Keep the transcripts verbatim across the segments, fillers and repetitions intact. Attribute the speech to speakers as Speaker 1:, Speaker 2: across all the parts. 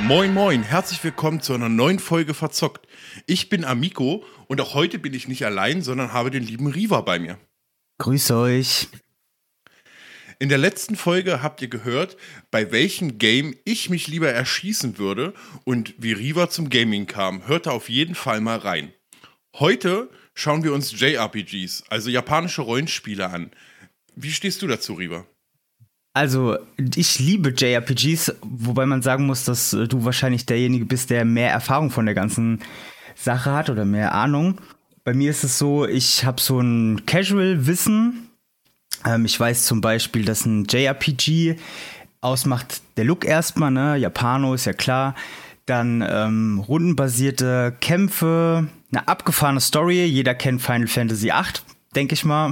Speaker 1: Moin moin, herzlich willkommen zu einer neuen Folge Verzockt. Ich bin Amico und auch heute bin ich nicht allein, sondern habe den lieben Riva bei mir.
Speaker 2: Grüß euch.
Speaker 1: In der letzten Folge habt ihr gehört, bei welchem Game ich mich lieber erschießen würde und wie Riva zum Gaming kam. Hört da auf jeden Fall mal rein. Heute schauen wir uns J R P Gs, also japanische Rollenspiele, an. Wie stehst du dazu, Riva?
Speaker 2: Also, ich liebe J R P Gs, wobei man sagen muss, dass äh, du wahrscheinlich derjenige bist, der mehr Erfahrung von der ganzen Sache hat oder mehr Ahnung. Bei mir ist es so, ich habe so ein Casual-Wissen. Ähm, ich weiß zum Beispiel, dass ein J R P G ausmacht der Look erstmal, ne? Japano ist ja klar. Dann ähm, rundenbasierte Kämpfe, eine abgefahrene Story. Jeder kennt Final Fantasy acht, denke ich mal.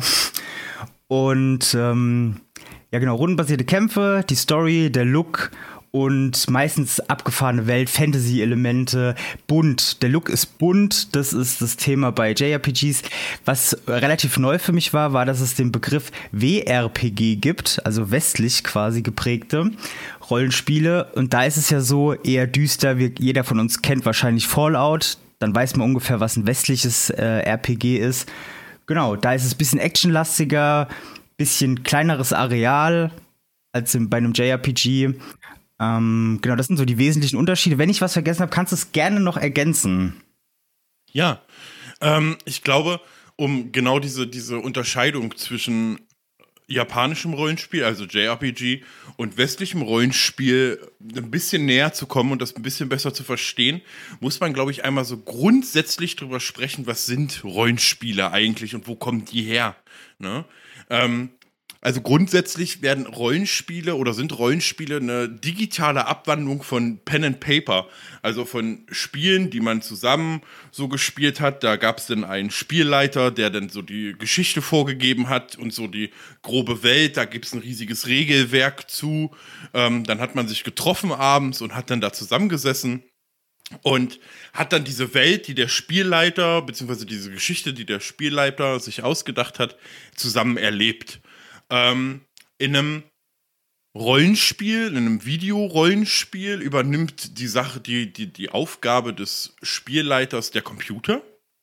Speaker 2: Und ähm, ja genau, rundenbasierte Kämpfe, die Story, der Look und meistens abgefahrene Welt, Fantasy-Elemente, bunt. Der Look ist bunt, das ist das Thema bei J R P Gs. Was relativ neu für mich war, war, dass es den Begriff W R P G gibt, also westlich quasi geprägte Rollenspiele. Und da ist es ja so eher düster, wie jeder von uns kennt wahrscheinlich Fallout. Dann weiß man ungefähr, was ein westliches äh, R P G ist. Genau, da ist es ein bisschen actionlastiger, bisschen kleineres Areal als in, bei einem J R P G. Ähm, genau, das sind so die wesentlichen Unterschiede. Wenn ich was vergessen habe, kannst du es gerne noch ergänzen.
Speaker 1: Ja, ähm, ich glaube, um genau diese, diese Unterscheidung zwischen japanischem Rollenspiel, also J R P G, und westlichem Rollenspiel ein bisschen näher zu kommen und das ein bisschen besser zu verstehen, muss man, glaube ich, einmal so grundsätzlich drüber sprechen, was sind Rollenspiele eigentlich und wo kommen die her, ne? Ähm, also grundsätzlich werden Rollenspiele oder sind Rollenspiele eine digitale Abwandlung von Pen and Paper, also von Spielen, die man zusammen so gespielt hat. Da gab es dann einen Spielleiter, der dann so die Geschichte vorgegeben hat und so die grobe Welt. Da gibt es ein riesiges Regelwerk zu. Ähm, dann hat man sich getroffen abends und hat dann da zusammengesessen und hat dann diese Welt, die der Spielleiter, beziehungsweise diese Geschichte, die der Spielleiter sich ausgedacht hat, zusammen erlebt. Ähm, in einem Rollenspiel, in einem Videorollenspiel übernimmt die Sache, die, die, die Aufgabe des Spielleiters der Computer.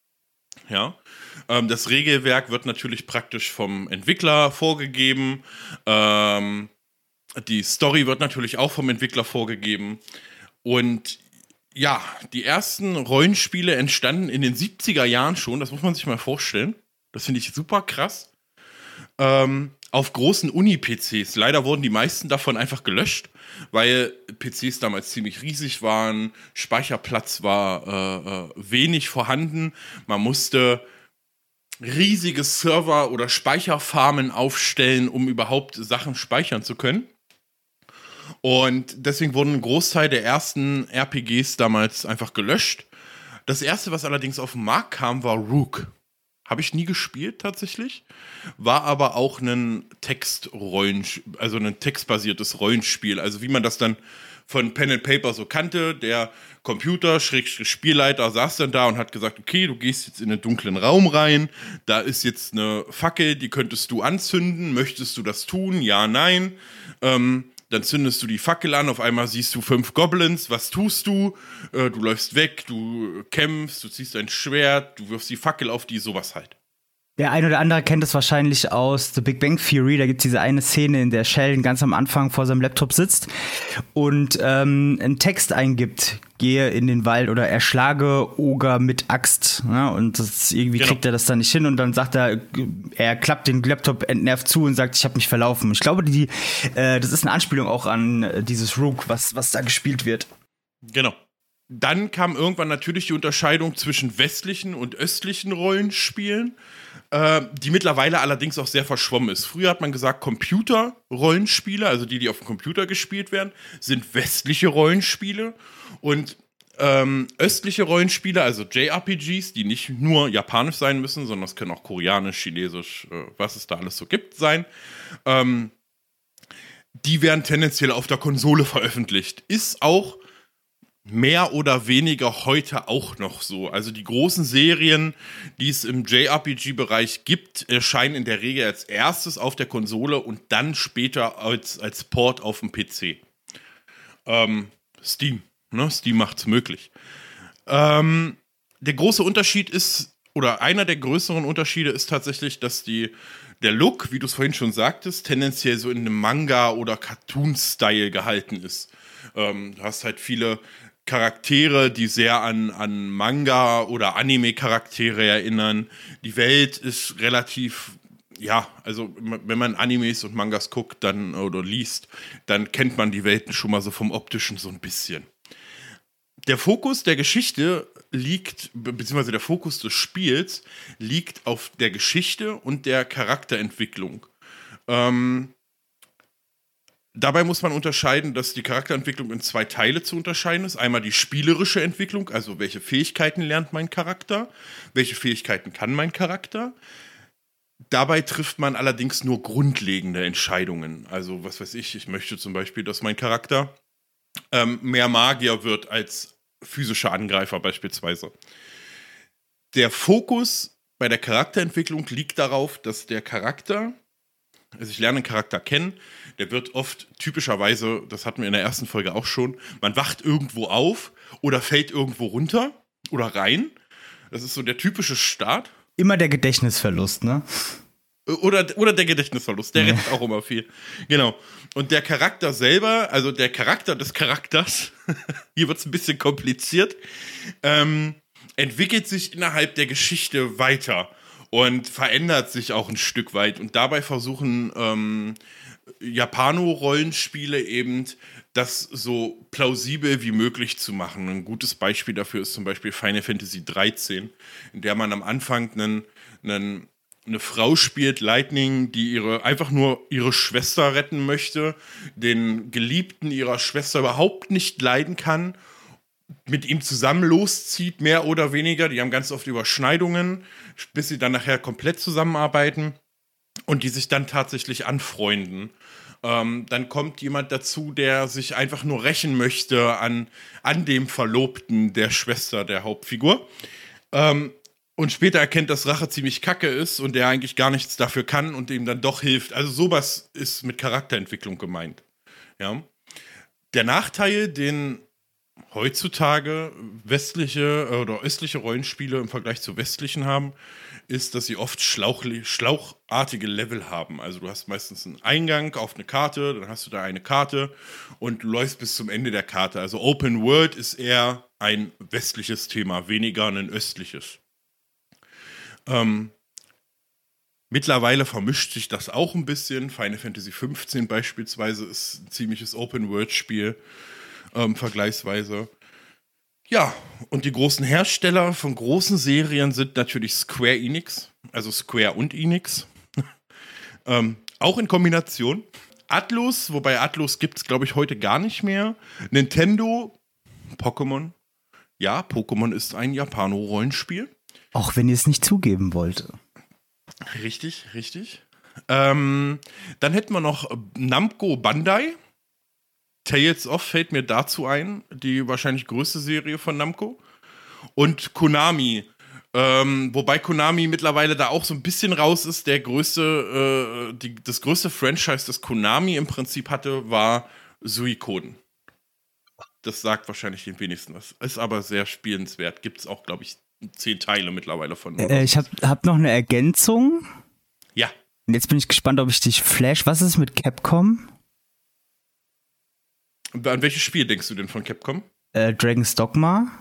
Speaker 1: Ja. Ähm, das Regelwerk wird natürlich praktisch vom Entwickler vorgegeben. Ähm, die Story wird natürlich auch vom Entwickler vorgegeben. Und ja, die ersten Rollenspiele entstanden in den siebziger Jahren schon, das muss man sich mal vorstellen. Das finde ich super krass. Ähm, auf großen Uni-P Cs. Leider wurden die meisten davon einfach gelöscht, weil P Cs damals ziemlich riesig waren, Speicherplatz war äh, äh, wenig vorhanden. Man musste riesige Server oder Speicherfarmen aufstellen, um überhaupt Sachen speichern zu können. Und deswegen wurden ein Großteil der ersten R P Gs damals einfach gelöscht. Das erste, was allerdings auf den Markt kam, war Rook. Habe ich nie gespielt tatsächlich, war aber auch ein Textrollenspiel, also ein textbasiertes Rollenspiel. Also wie man das dann von Pen and Paper so kannte. Der Computer, Schrägstrich Spielleiter, saß dann da und hat gesagt, okay, du gehst jetzt in einen dunklen Raum rein, da ist jetzt eine Fackel, die könntest du anzünden, möchtest du das tun? Ja, nein. Ähm, Dann zündest du die Fackel an, auf einmal siehst du fünf Goblins, was tust du? Äh, du läufst weg, du kämpfst, du ziehst dein Schwert, du wirfst die Fackel auf die, sowas halt.
Speaker 2: Der ein oder andere kennt es wahrscheinlich aus The Big Bang Theory. Da gibt es diese eine Szene, in der Sheldon ganz am Anfang vor seinem Laptop sitzt und ähm, einen Text eingibt. Gehe in den Wald oder erschlage Oger mit Axt. Ja, und das, irgendwie genau. Kriegt er das dann nicht hin und dann sagt er, er klappt den Laptop entnervt zu und sagt, ich habe mich verlaufen. Ich glaube, die, äh, das ist eine Anspielung auch an äh, dieses Rook, was, was da gespielt wird.
Speaker 1: Genau. Dann kam irgendwann natürlich die Unterscheidung zwischen westlichen und östlichen Rollenspielen, äh, die mittlerweile allerdings auch sehr verschwommen ist. Früher hat man gesagt, Computer-Rollenspiele, also die, die auf dem Computer gespielt werden, sind westliche Rollenspiele. Und ähm, östliche Rollenspiele, also J R P Gs, die nicht nur japanisch sein müssen, sondern es können auch koreanisch, chinesisch, äh, was es da alles so gibt, sein. Ähm, die werden tendenziell auf der Konsole veröffentlicht. Ist auch mehr oder weniger heute auch noch so. Also die großen Serien, die es im J R P G-Bereich gibt, erscheinen in der Regel als erstes auf der Konsole und dann später als, als Port auf dem P C. Ähm, Steam Ne? Steam macht's möglich. Ähm, der große Unterschied ist, oder einer der größeren Unterschiede ist tatsächlich, dass die, der Look, wie du es vorhin schon sagtest, tendenziell so in einem Manga- oder Cartoon-Style gehalten ist. Ähm, du hast halt viele Charaktere, die sehr an, an Manga- oder Anime-Charaktere erinnern. Die Welt ist relativ, ja, also wenn man Animes und Mangas guckt dann oder liest, dann kennt man die Welten schon mal so vom Optischen so ein bisschen. Der Fokus der Geschichte liegt, beziehungsweise der Fokus des Spiels liegt auf der Geschichte und der Charakterentwicklung. Ähm, dabei muss man unterscheiden, dass die Charakterentwicklung in zwei Teile zu unterscheiden ist. Einmal die spielerische Entwicklung, also welche Fähigkeiten lernt mein Charakter, welche Fähigkeiten kann mein Charakter. Dabei trifft man allerdings nur grundlegende Entscheidungen. Also was weiß ich, ich möchte zum Beispiel, dass mein Charakter ähm, mehr Magier wird als physischer Angreifer beispielsweise. Der Fokus bei der Charakterentwicklung liegt darauf, dass der Charakter, also ich lerne einen Charakter kennen, der wird oft typischerweise, das hatten wir in der ersten Folge auch schon, man wacht irgendwo auf oder fällt irgendwo runter oder rein. Das ist so der typische Start.
Speaker 2: Immer der Gedächtnisverlust, ne?
Speaker 1: Oder, oder der Gedächtnisverlust, der rettet auch immer viel. Genau. Und der Charakter selber, also der Charakter des Charakters, hier wird es ein bisschen kompliziert, ähm, entwickelt sich innerhalb der Geschichte weiter und verändert sich auch ein Stück weit. Und dabei versuchen ähm, Japano-Rollenspiele eben, das so plausibel wie möglich zu machen. Ein gutes Beispiel dafür ist zum Beispiel Final Fantasy dreizehn, in der man am Anfang einen, einen eine Frau spielt, Lightning, die ihre einfach nur ihre Schwester retten möchte, den Geliebten ihrer Schwester überhaupt nicht leiden kann, mit ihm zusammen loszieht, mehr oder weniger. Die haben ganz oft Überschneidungen, bis sie dann nachher komplett zusammenarbeiten und die sich dann tatsächlich anfreunden. Ähm, dann kommt jemand dazu, der sich einfach nur rächen möchte an, an dem Verlobten der Schwester der Hauptfigur. Ähm, Und später erkennt, dass Rache ziemlich kacke ist und der eigentlich gar nichts dafür kann und ihm dann doch hilft. Also sowas ist mit Charakterentwicklung gemeint. Ja. Der Nachteil, den heutzutage westliche oder östliche Rollenspiele im Vergleich zu westlichen haben, ist, dass sie oft schlauchli- schlauchartige Level haben. Also du hast meistens einen Eingang auf eine Karte, dann hast du da eine Karte und du läufst bis zum Ende der Karte. Also Open World ist eher ein westliches Thema, weniger ein östliches. Ähm, mittlerweile vermischt sich das auch ein bisschen. Final Fantasy fünfzehn beispielsweise ist ein ziemliches Open-World-Spiel, ähm, vergleichsweise. Ja, und die großen Hersteller von großen Serien sind natürlich Square Enix, also Square und Enix. ähm, auch in Kombination. Atlus, wobei Atlus gibt es, glaube ich, heute gar nicht mehr. Nintendo, Pokémon. Ja, Pokémon ist ein Japano-Rollenspiel.
Speaker 2: Auch wenn ihr es nicht zugeben wollt.
Speaker 1: Richtig, richtig. Ähm, dann hätten wir noch Namco Bandai. Tales of fällt mir dazu ein, die wahrscheinlich größte Serie von Namco. Und Konami. Ähm, wobei Konami mittlerweile da auch so ein bisschen raus ist. Der größte, äh, die, das größte Franchise, das Konami im Prinzip hatte, war Suikoden. Das sagt wahrscheinlich den wenigsten was. Ist aber sehr spielenswert. Gibt es auch, glaube ich, zehn Teile mittlerweile von.
Speaker 2: Äh, ich habe hab noch eine Ergänzung.
Speaker 1: Ja.
Speaker 2: Und jetzt bin ich gespannt, ob ich dich flash. Was ist mit Capcom?
Speaker 1: An welches Spiel denkst du denn von Capcom?
Speaker 2: Äh, Dragon's Dogma.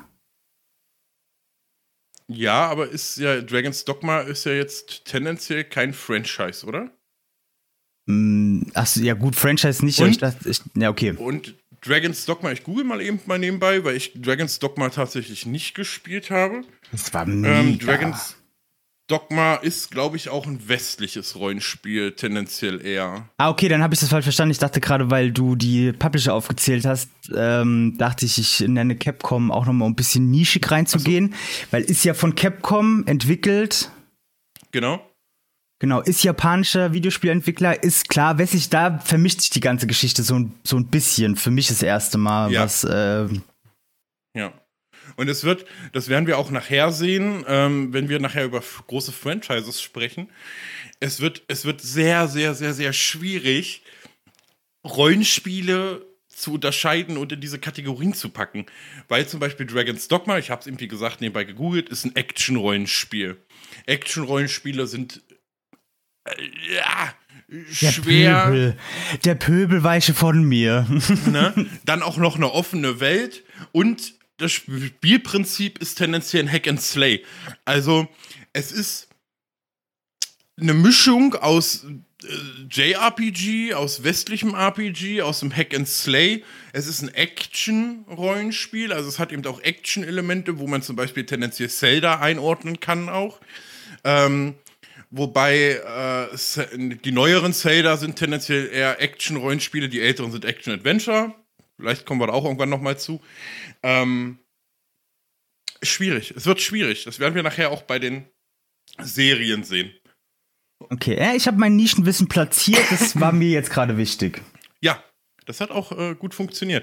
Speaker 1: Ja, aber ist ja Dragon's Dogma ist ja jetzt tendenziell kein Franchise, oder?
Speaker 2: Mm, achso, ja gut, Franchise nicht. Aber ich dachte, ich, ja, okay.
Speaker 1: Und Dragon's Dogma, ich google mal eben mal nebenbei, weil ich Dragon's Dogma tatsächlich nicht gespielt habe.
Speaker 2: Das war mega.
Speaker 1: Ähm, Dragon's Dogma ist, glaube ich, auch ein westliches Rollenspiel, tendenziell eher.
Speaker 2: Ah, okay, dann habe ich das falsch verstanden. Ich dachte gerade, weil du die Publisher aufgezählt hast, ähm, dachte ich, ich nenne Capcom auch nochmal um ein bisschen nischig reinzugehen. So. Weil ist ja von Capcom entwickelt.
Speaker 1: Genau.
Speaker 2: Genau, ist japanischer Videospielentwickler, ist klar, westlich, da vermischt sich die ganze Geschichte so ein, so ein bisschen. Für mich das erste Mal,
Speaker 1: ja.
Speaker 2: was. Äh,
Speaker 1: ja. Und es wird, das werden wir auch nachher sehen, ähm, wenn wir nachher über f- große Franchises sprechen. Es wird, es wird sehr, sehr, sehr, sehr schwierig, Rollenspiele zu unterscheiden und in diese Kategorien zu packen. Weil zum Beispiel Dragon's Dogma, ich habe es eben wie gesagt nebenbei gegoogelt, ist ein Action-Rollenspiel. Action-Rollenspiele sind äh, ja
Speaker 2: der
Speaker 1: schwer.
Speaker 2: Pöbel. Der Pöbelweiche von mir.
Speaker 1: Ne? Dann auch noch eine offene Welt und das Spielprinzip ist tendenziell ein Hack and Slay. Also es ist eine Mischung aus äh, J R P G, aus westlichem R P G, aus dem Hack and Slay. Es ist ein Action-Rollenspiel, also es hat eben auch Action-Elemente, wo man zum Beispiel tendenziell Zelda einordnen kann auch. Ähm, wobei äh, die neueren Zelda sind tendenziell eher Action-Rollenspiele, die älteren sind Action-Adventure. Vielleicht kommen wir da auch irgendwann nochmal zu. Ähm, schwierig, es wird schwierig. Das werden wir nachher auch bei den Serien sehen.
Speaker 2: Okay, ja, ich habe mein Nischenwissen platziert, das war mir jetzt gerade wichtig.
Speaker 1: Ja, das hat auch äh, gut funktioniert.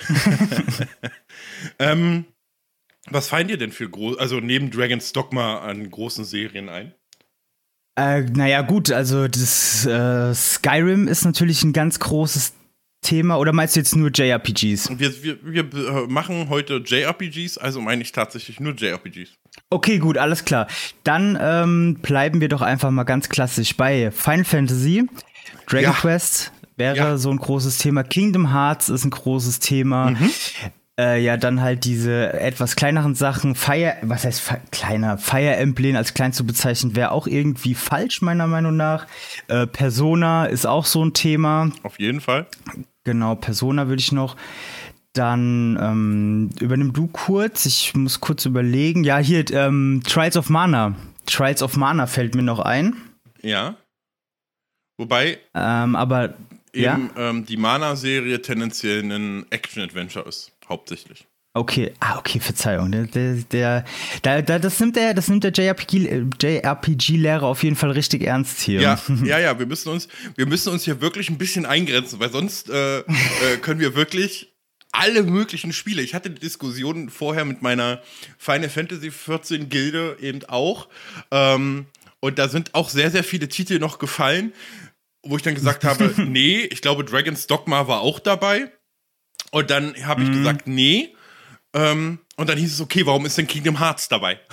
Speaker 1: ähm, was fallen dir denn für groß, also neben Dragon's Dogma an großen Serien ein?
Speaker 2: Äh, naja, gut, also das äh, Skyrim ist natürlich ein ganz großes Thema, oder meinst du jetzt nur J R P Gs?
Speaker 1: Wir, wir, wir machen heute J R P Gs, also meine ich tatsächlich nur J R P Gs.
Speaker 2: Okay, gut, alles klar. Dann ähm, bleiben wir doch einfach mal ganz klassisch bei Final Fantasy. Dragon
Speaker 1: Ja.
Speaker 2: Quest wäre
Speaker 1: Ja.
Speaker 2: so ein großes Thema. Kingdom Hearts ist ein großes Thema.
Speaker 1: Mhm.
Speaker 2: Äh, ja, dann halt diese etwas kleineren Sachen. Fire, was heißt fe- kleiner? Fire Emblem als klein zu bezeichnen, wäre auch irgendwie falsch, meiner Meinung nach. Äh, Persona ist auch so ein Thema.
Speaker 1: Auf jeden Fall.
Speaker 2: Genau, Persona würde ich noch. Dann ähm, übernimm du kurz. Ich muss kurz überlegen. Ja, hier, ähm, Trials of Mana. Trials of Mana fällt mir noch ein.
Speaker 1: Ja. Wobei
Speaker 2: Ähm, aber, ja,
Speaker 1: eben ähm, die Mana-Serie tendenziell ein Action-Adventure ist, hauptsächlich.
Speaker 2: okay. Ah, okay, Verzeihung. Der, der, der, der, der, das nimmt der, das nimmt der J R P G, äh, J R P G-Lehrer auf jeden Fall richtig ernst hier.
Speaker 1: Ja, ja, ja, wir müssen uns, wir müssen uns hier wirklich ein bisschen eingrenzen, weil sonst äh, äh, können wir wirklich alle möglichen Spiele. Ich hatte die Diskussion vorher mit meiner Final Fantasy vierzehn Gilde eben auch. Ähm, und da sind auch sehr, sehr viele Titel noch gefallen, wo ich dann gesagt habe, nee, ich glaube Dragon's Dogma war auch dabei. Und dann habe ich
Speaker 2: Mhm.
Speaker 1: gesagt, nee. Ähm, und dann hieß es, okay, warum ist denn Kingdom Hearts dabei?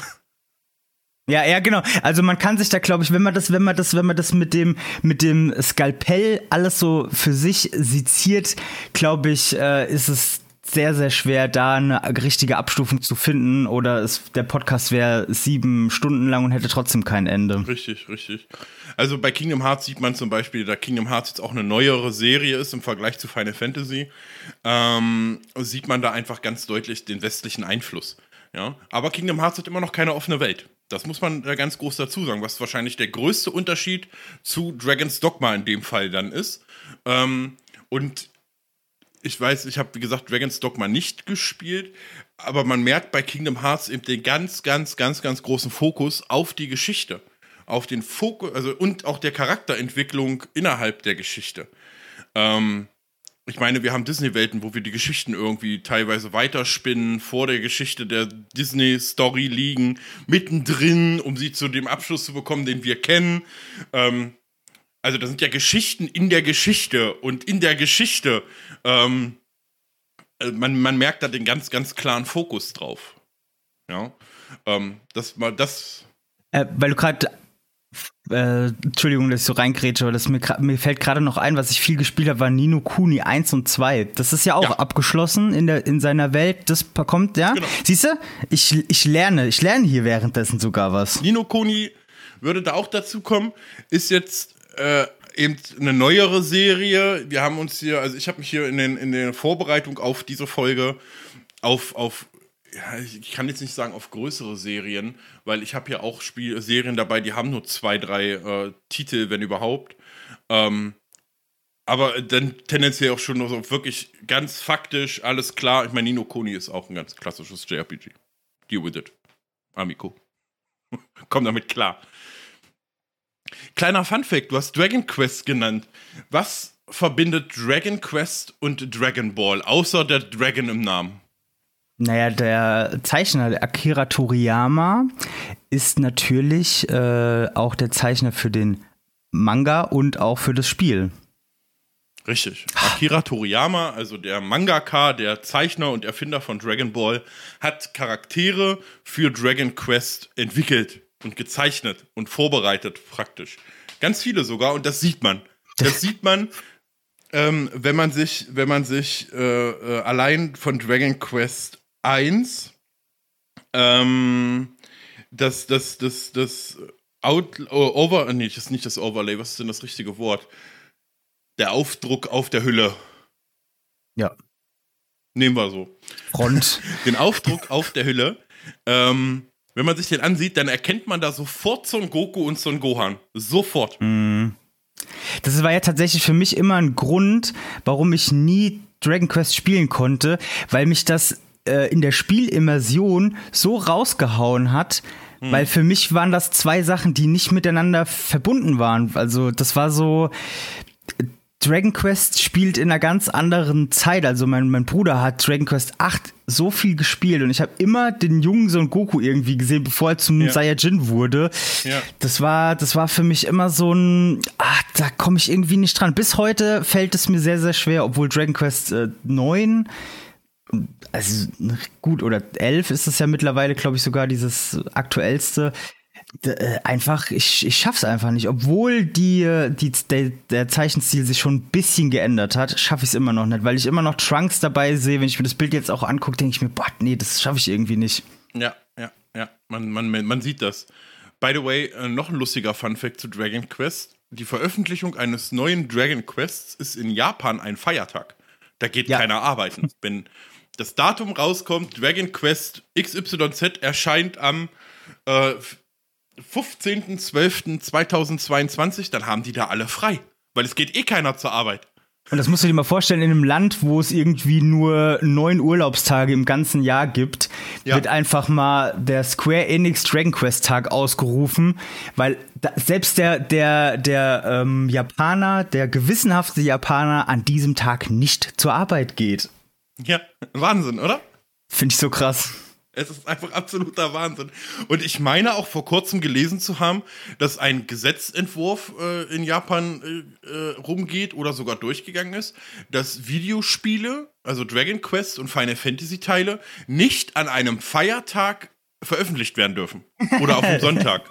Speaker 2: Ja, ja, genau. Also man kann sich da, glaube ich, wenn man das, wenn man das, wenn man das mit dem, mit dem Skalpell alles so für sich seziert, glaube ich, äh, ist es sehr, sehr schwer, da eine richtige Abstufung zu finden. Oder es, der Podcast wäre sieben Stunden lang und hätte trotzdem kein Ende.
Speaker 1: Richtig, richtig. Also bei Kingdom Hearts sieht man zum Beispiel, da Kingdom Hearts jetzt auch eine neuere Serie ist im Vergleich zu Final Fantasy, ähm, sieht man da einfach ganz deutlich den westlichen Einfluss. Ja? Aber Kingdom Hearts hat immer noch keine offene Welt. Das muss man da ganz groß dazu sagen, was wahrscheinlich der größte Unterschied zu Dragon's Dogma in dem Fall dann ist. Ähm, und ich weiß, ich habe, wie gesagt, Dragon's Dogma nicht gespielt, aber man merkt bei Kingdom Hearts eben den ganz, ganz, ganz, ganz großen Fokus auf die Geschichte. Auf den Fokus, also und auch der Charakterentwicklung innerhalb der Geschichte. Ähm, ich meine, wir haben Disney-Welten, wo wir die Geschichten irgendwie teilweise weiterspinnen, vor der Geschichte der Disney-Story liegen, mittendrin, um sie zu dem Abschluss zu bekommen, den wir kennen. Ähm, also da sind ja Geschichten in der Geschichte und in der Geschichte. Ähm, äh, man, man merkt da den ganz, ganz klaren Fokus drauf. Ja, ähm, das mal das.
Speaker 2: Äh, weil du gerade Äh, Entschuldigung, dass ich so reingrätsche, aber das mir, gra- mir fällt gerade noch ein, was ich viel gespielt habe, war Ni no Kuni eins und zwei. Das ist ja auch
Speaker 1: Ja.
Speaker 2: abgeschlossen in, der, in seiner Welt. Das kommt, ja.
Speaker 1: Genau.
Speaker 2: Siehst du? Ich, ich lerne. Ich lerne hier währenddessen sogar was.
Speaker 1: Ni no Kuni würde da auch dazu kommen, ist jetzt äh, eben eine neuere Serie. Wir haben uns hier, also ich habe mich hier in, den, in der Vorbereitung auf diese Folge auf, auf ja, ich kann jetzt nicht sagen auf größere Serien, weil ich habe ja auch Spiel Serien dabei, die haben nur zwei, drei äh, Titel, wenn überhaupt. Ähm, aber dann tendenziell auch schon so wirklich ganz faktisch, alles klar. Ich meine, Ni no Kuni ist auch ein ganz klassisches J R P G. Deal with it. Amico. Komm damit klar. Kleiner Funfact, du hast Dragon Quest genannt. Was verbindet Dragon Quest und Dragon Ball, außer der Dragon im Namen?
Speaker 2: Naja, der Zeichner, der Akira Toriyama, ist natürlich äh, auch der Zeichner für den Manga und auch für das Spiel.
Speaker 1: Richtig. Akira Toriyama, also der Mangaka, der Zeichner und Erfinder von Dragon Ball, hat Charaktere für Dragon Quest entwickelt und gezeichnet und vorbereitet praktisch. Ganz viele sogar, und das sieht man. Das sieht man, ähm, wenn man sich, wenn man sich äh, äh, allein von Dragon Quest eins ähm, das, das, das, das Out, oh, Over, nee, das ist nicht das Overlay, was ist denn das richtige Wort? Der Aufdruck auf der Hülle.
Speaker 2: Ja.
Speaker 1: Nehmen wir so.
Speaker 2: Front.
Speaker 1: Den Aufdruck auf der Hülle. Ähm, wenn man sich den ansieht, dann erkennt man da sofort Son Goku und Son Gohan. Sofort.
Speaker 2: Mm. Das war ja tatsächlich für mich immer ein Grund, warum ich nie Dragon Quest spielen konnte, weil mich das äh, in der Spielimmersion so rausgehauen hat, hm. weil für mich waren das zwei Sachen, die nicht miteinander verbunden waren. Also das war so... Dragon Quest spielt in einer ganz anderen Zeit. Also mein, mein Bruder hat Dragon Quest acht so viel gespielt und ich habe immer den jungen Son Goku irgendwie gesehen, bevor er zum ja. Saiyajin wurde. Ja. Das war, das war für mich immer so ein, ah, da komme ich irgendwie nicht dran. Bis heute fällt es mir sehr, sehr schwer, obwohl Dragon Quest äh, neun, also gut, oder elf ist es ja mittlerweile, glaube ich, sogar dieses aktuellste. Äh, einfach, ich, ich schaff's einfach nicht. Obwohl die, die, der, der Zeichenstil sich schon ein bisschen geändert hat, schaffe ich es immer noch nicht, weil ich immer noch Trunks dabei sehe. Wenn ich mir das Bild jetzt auch angucke, denke ich mir, boah, nee, das schaffe ich irgendwie nicht.
Speaker 1: Ja, ja, ja, man, man, man sieht das. By the way, äh, noch ein lustiger Funfact zu Dragon Quest. Die Veröffentlichung eines neuen Dragon Quests ist in Japan ein Feiertag. Da geht ja. keiner arbeiten. Wenn das Datum rauskommt, Dragon Quest X Y Z erscheint am äh, fünfzehnten zwölften zweitausendzweiundzwanzig, dann haben die da alle frei. Weil es geht eh keiner zur Arbeit.
Speaker 2: Und das musst du dir mal vorstellen, in einem Land, wo es irgendwie nur neun Urlaubstage im ganzen Jahr gibt, ja. wird einfach mal der Square Enix Dragon Quest Tag ausgerufen, weil da, selbst der, der, der ähm, Japaner, der gewissenhafte Japaner an diesem Tag nicht zur Arbeit geht.
Speaker 1: Ja, Wahnsinn, oder?
Speaker 2: Finde ich so krass.
Speaker 1: Es ist einfach absoluter Wahnsinn. Und ich meine auch vor kurzem gelesen zu haben, dass ein Gesetzentwurf äh, in Japan äh, äh, rumgeht oder sogar durchgegangen ist, dass Videospiele, also Dragon Quest und Final Fantasy Teile, nicht an einem Feiertag veröffentlicht werden dürfen. Oder auf dem Sonntag.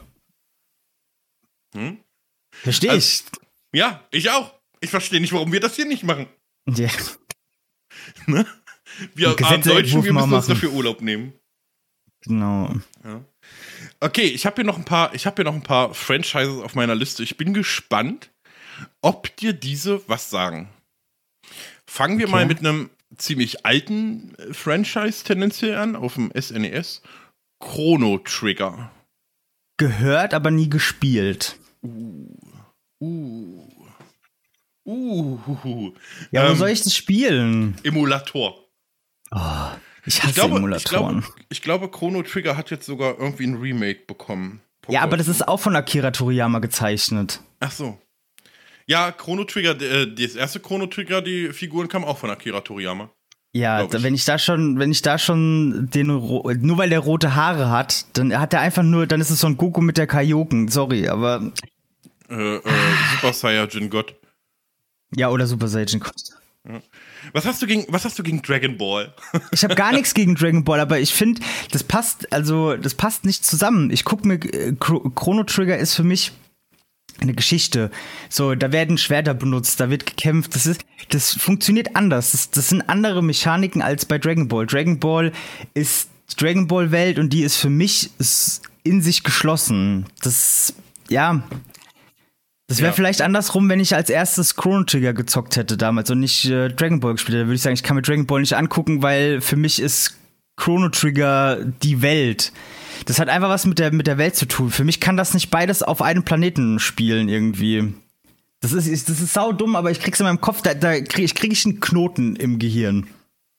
Speaker 1: Hm?
Speaker 2: Verstehe ich.
Speaker 1: Also, ja, ich auch. Ich verstehe nicht, warum wir das hier nicht machen.
Speaker 2: Ja.
Speaker 1: Ne? Wir armen Deutschen, wir müssen uns dafür Urlaub nehmen.
Speaker 2: Genau.
Speaker 1: Ja. Okay, ich habe hier noch ein paar, ich habe hier noch ein paar Franchises auf meiner Liste. Ich bin gespannt, ob dir diese was sagen. Fangen wir okay. mal mit einem ziemlich alten Franchise tendenziell an, auf dem S N E S. Chrono Trigger.
Speaker 2: Gehört, aber nie gespielt.
Speaker 1: Uh. Uh. Uh. uh.
Speaker 2: Ja, ähm, wo soll ich das spielen?
Speaker 1: Emulator.
Speaker 2: Oh. Ich hasse
Speaker 1: ich glaube,
Speaker 2: Emulatoren.
Speaker 1: Ich glaube, ich glaube, Chrono Trigger hat jetzt sogar irgendwie ein Remake bekommen.
Speaker 2: Ja, aber das ist auch von Akira Toriyama gezeichnet.
Speaker 1: Ach so. Ja, Chrono Trigger, äh, das erste Chrono Trigger, die Figuren kamen auch von Akira Toriyama.
Speaker 2: Ja, ich. wenn ich da schon, wenn ich da schon den, nur weil der rote Haare hat, dann hat er einfach nur, dann ist es so ein Goku mit der Kaioken, sorry, aber.
Speaker 1: Äh, äh, Super Saiyajin Gott.
Speaker 2: Ja, oder Super Saiyajin Gott.
Speaker 1: Ja. Was hast du gegen, was hast du gegen Dragon Ball?
Speaker 2: Ich habe gar nichts gegen Dragon Ball, aber ich finde, das passt, also das passt nicht zusammen. Ich gucke mir, äh, Chrono Trigger ist für mich eine Geschichte. So, da werden Schwerter benutzt, da wird gekämpft. Das ist, das funktioniert anders. Das, das sind andere Mechaniken als bei Dragon Ball. Dragon Ball ist Dragon Ball Welt und die ist für mich in sich geschlossen. Das, ja. Das wäre ja. vielleicht andersrum, wenn ich als erstes Chrono Trigger gezockt hätte damals und nicht äh, Dragon Ball gespielt hätte. Da würde ich sagen, ich kann mir Dragon Ball nicht angucken, weil für mich ist Chrono Trigger die Welt. Das hat einfach was mit der, mit der Welt zu tun. Für mich kann das nicht beides auf einem Planeten spielen irgendwie. Das ist, das ist sau dumm, aber ich krieg's in meinem Kopf, da, da krieg ich, krieg ich einen Knoten im Gehirn.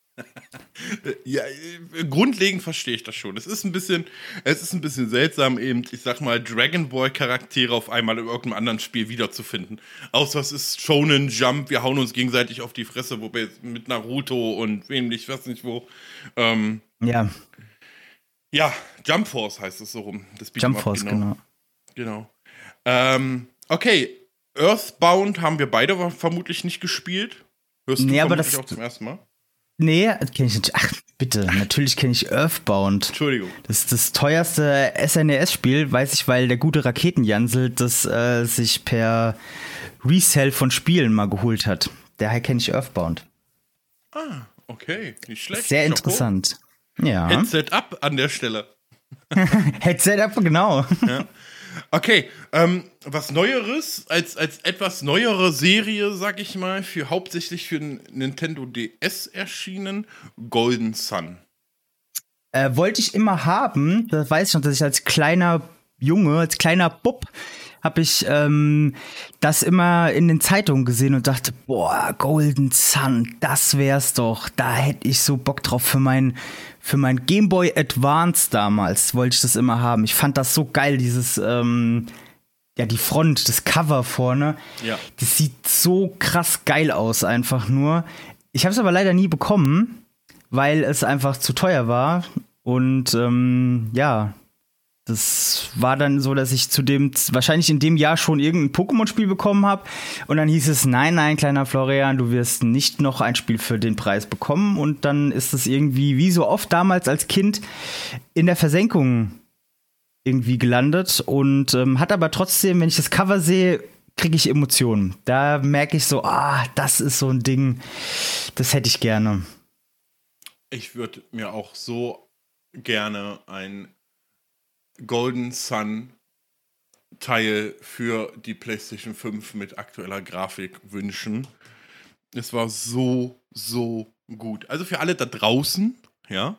Speaker 1: Ja, grundlegend verstehe ich das schon. Es ist ein bisschen, es ist ein bisschen seltsam, eben, ich sag mal, Dragon Ball Charaktere auf einmal in irgendeinem anderen Spiel wiederzufinden. Außer es ist Shonen Jump, wir hauen uns gegenseitig auf die Fresse, wo wir mit Naruto und wem nicht, weiß nicht wo. Ähm,
Speaker 2: ja.
Speaker 1: Ja, Jump Force heißt es so rum. Das
Speaker 2: Jump Force, genau.
Speaker 1: Genau. genau. Ähm, okay, Earthbound haben wir beide vermutlich nicht gespielt. Hörst du
Speaker 2: nee, aber
Speaker 1: vermutlich
Speaker 2: das,
Speaker 1: auch zum ersten Mal?
Speaker 2: Nee, kenne ich nicht. Ach, bitte, natürlich kenne ich Earthbound.
Speaker 1: Entschuldigung.
Speaker 2: Das ist das teuerste S N E S-Spiel, weiß ich, weil der gute Raketenjansel das äh, sich per Resell von Spielen mal geholt hat. Daher kenne ich Earthbound.
Speaker 1: Ah, okay, nicht schlecht.
Speaker 2: Sehr interessant. Ja.
Speaker 1: Headset up an der Stelle.
Speaker 2: Headset up, genau.
Speaker 1: Ja. Okay, ähm, was Neueres, als, als etwas neuere Serie, sag ich mal, für hauptsächlich für den Nintendo D S erschienen, Golden Sun.
Speaker 2: Äh, wollte ich immer haben, das weiß ich noch, dass ich als kleiner Junge, als kleiner Bub, habe ich ähm, das immer in den Zeitungen gesehen und dachte, boah, Golden Sun, das wär's doch. Da hätte ich so Bock drauf für mein, für mein Game Boy Advance damals, wollte ich das immer haben. Ich fand das so geil, dieses, ähm, ja, die Front, das Cover vorne.
Speaker 1: Ja.
Speaker 2: Das sieht so krass geil aus, einfach nur. Ich habe es aber leider nie bekommen, weil es einfach zu teuer war. Und ähm, ja, das war dann so, dass ich zu dem, wahrscheinlich in dem Jahr schon irgendein Pokémon-Spiel bekommen habe. Und dann hieß es, nein, nein, kleiner Florian, du wirst nicht noch ein Spiel für den Preis bekommen. Und dann ist es irgendwie, wie so oft damals als Kind, in der Versenkung irgendwie gelandet. Und ähm, hat aber trotzdem, wenn ich das Cover sehe, kriege ich Emotionen. Da merke ich so, ah, das ist so ein Ding, das hätte ich gerne.
Speaker 1: Ich würde mir auch so gerne ein Golden Sun Teil für die PlayStation fünf mit aktueller Grafik wünschen. Es war so, so gut. Also für alle da draußen, ja,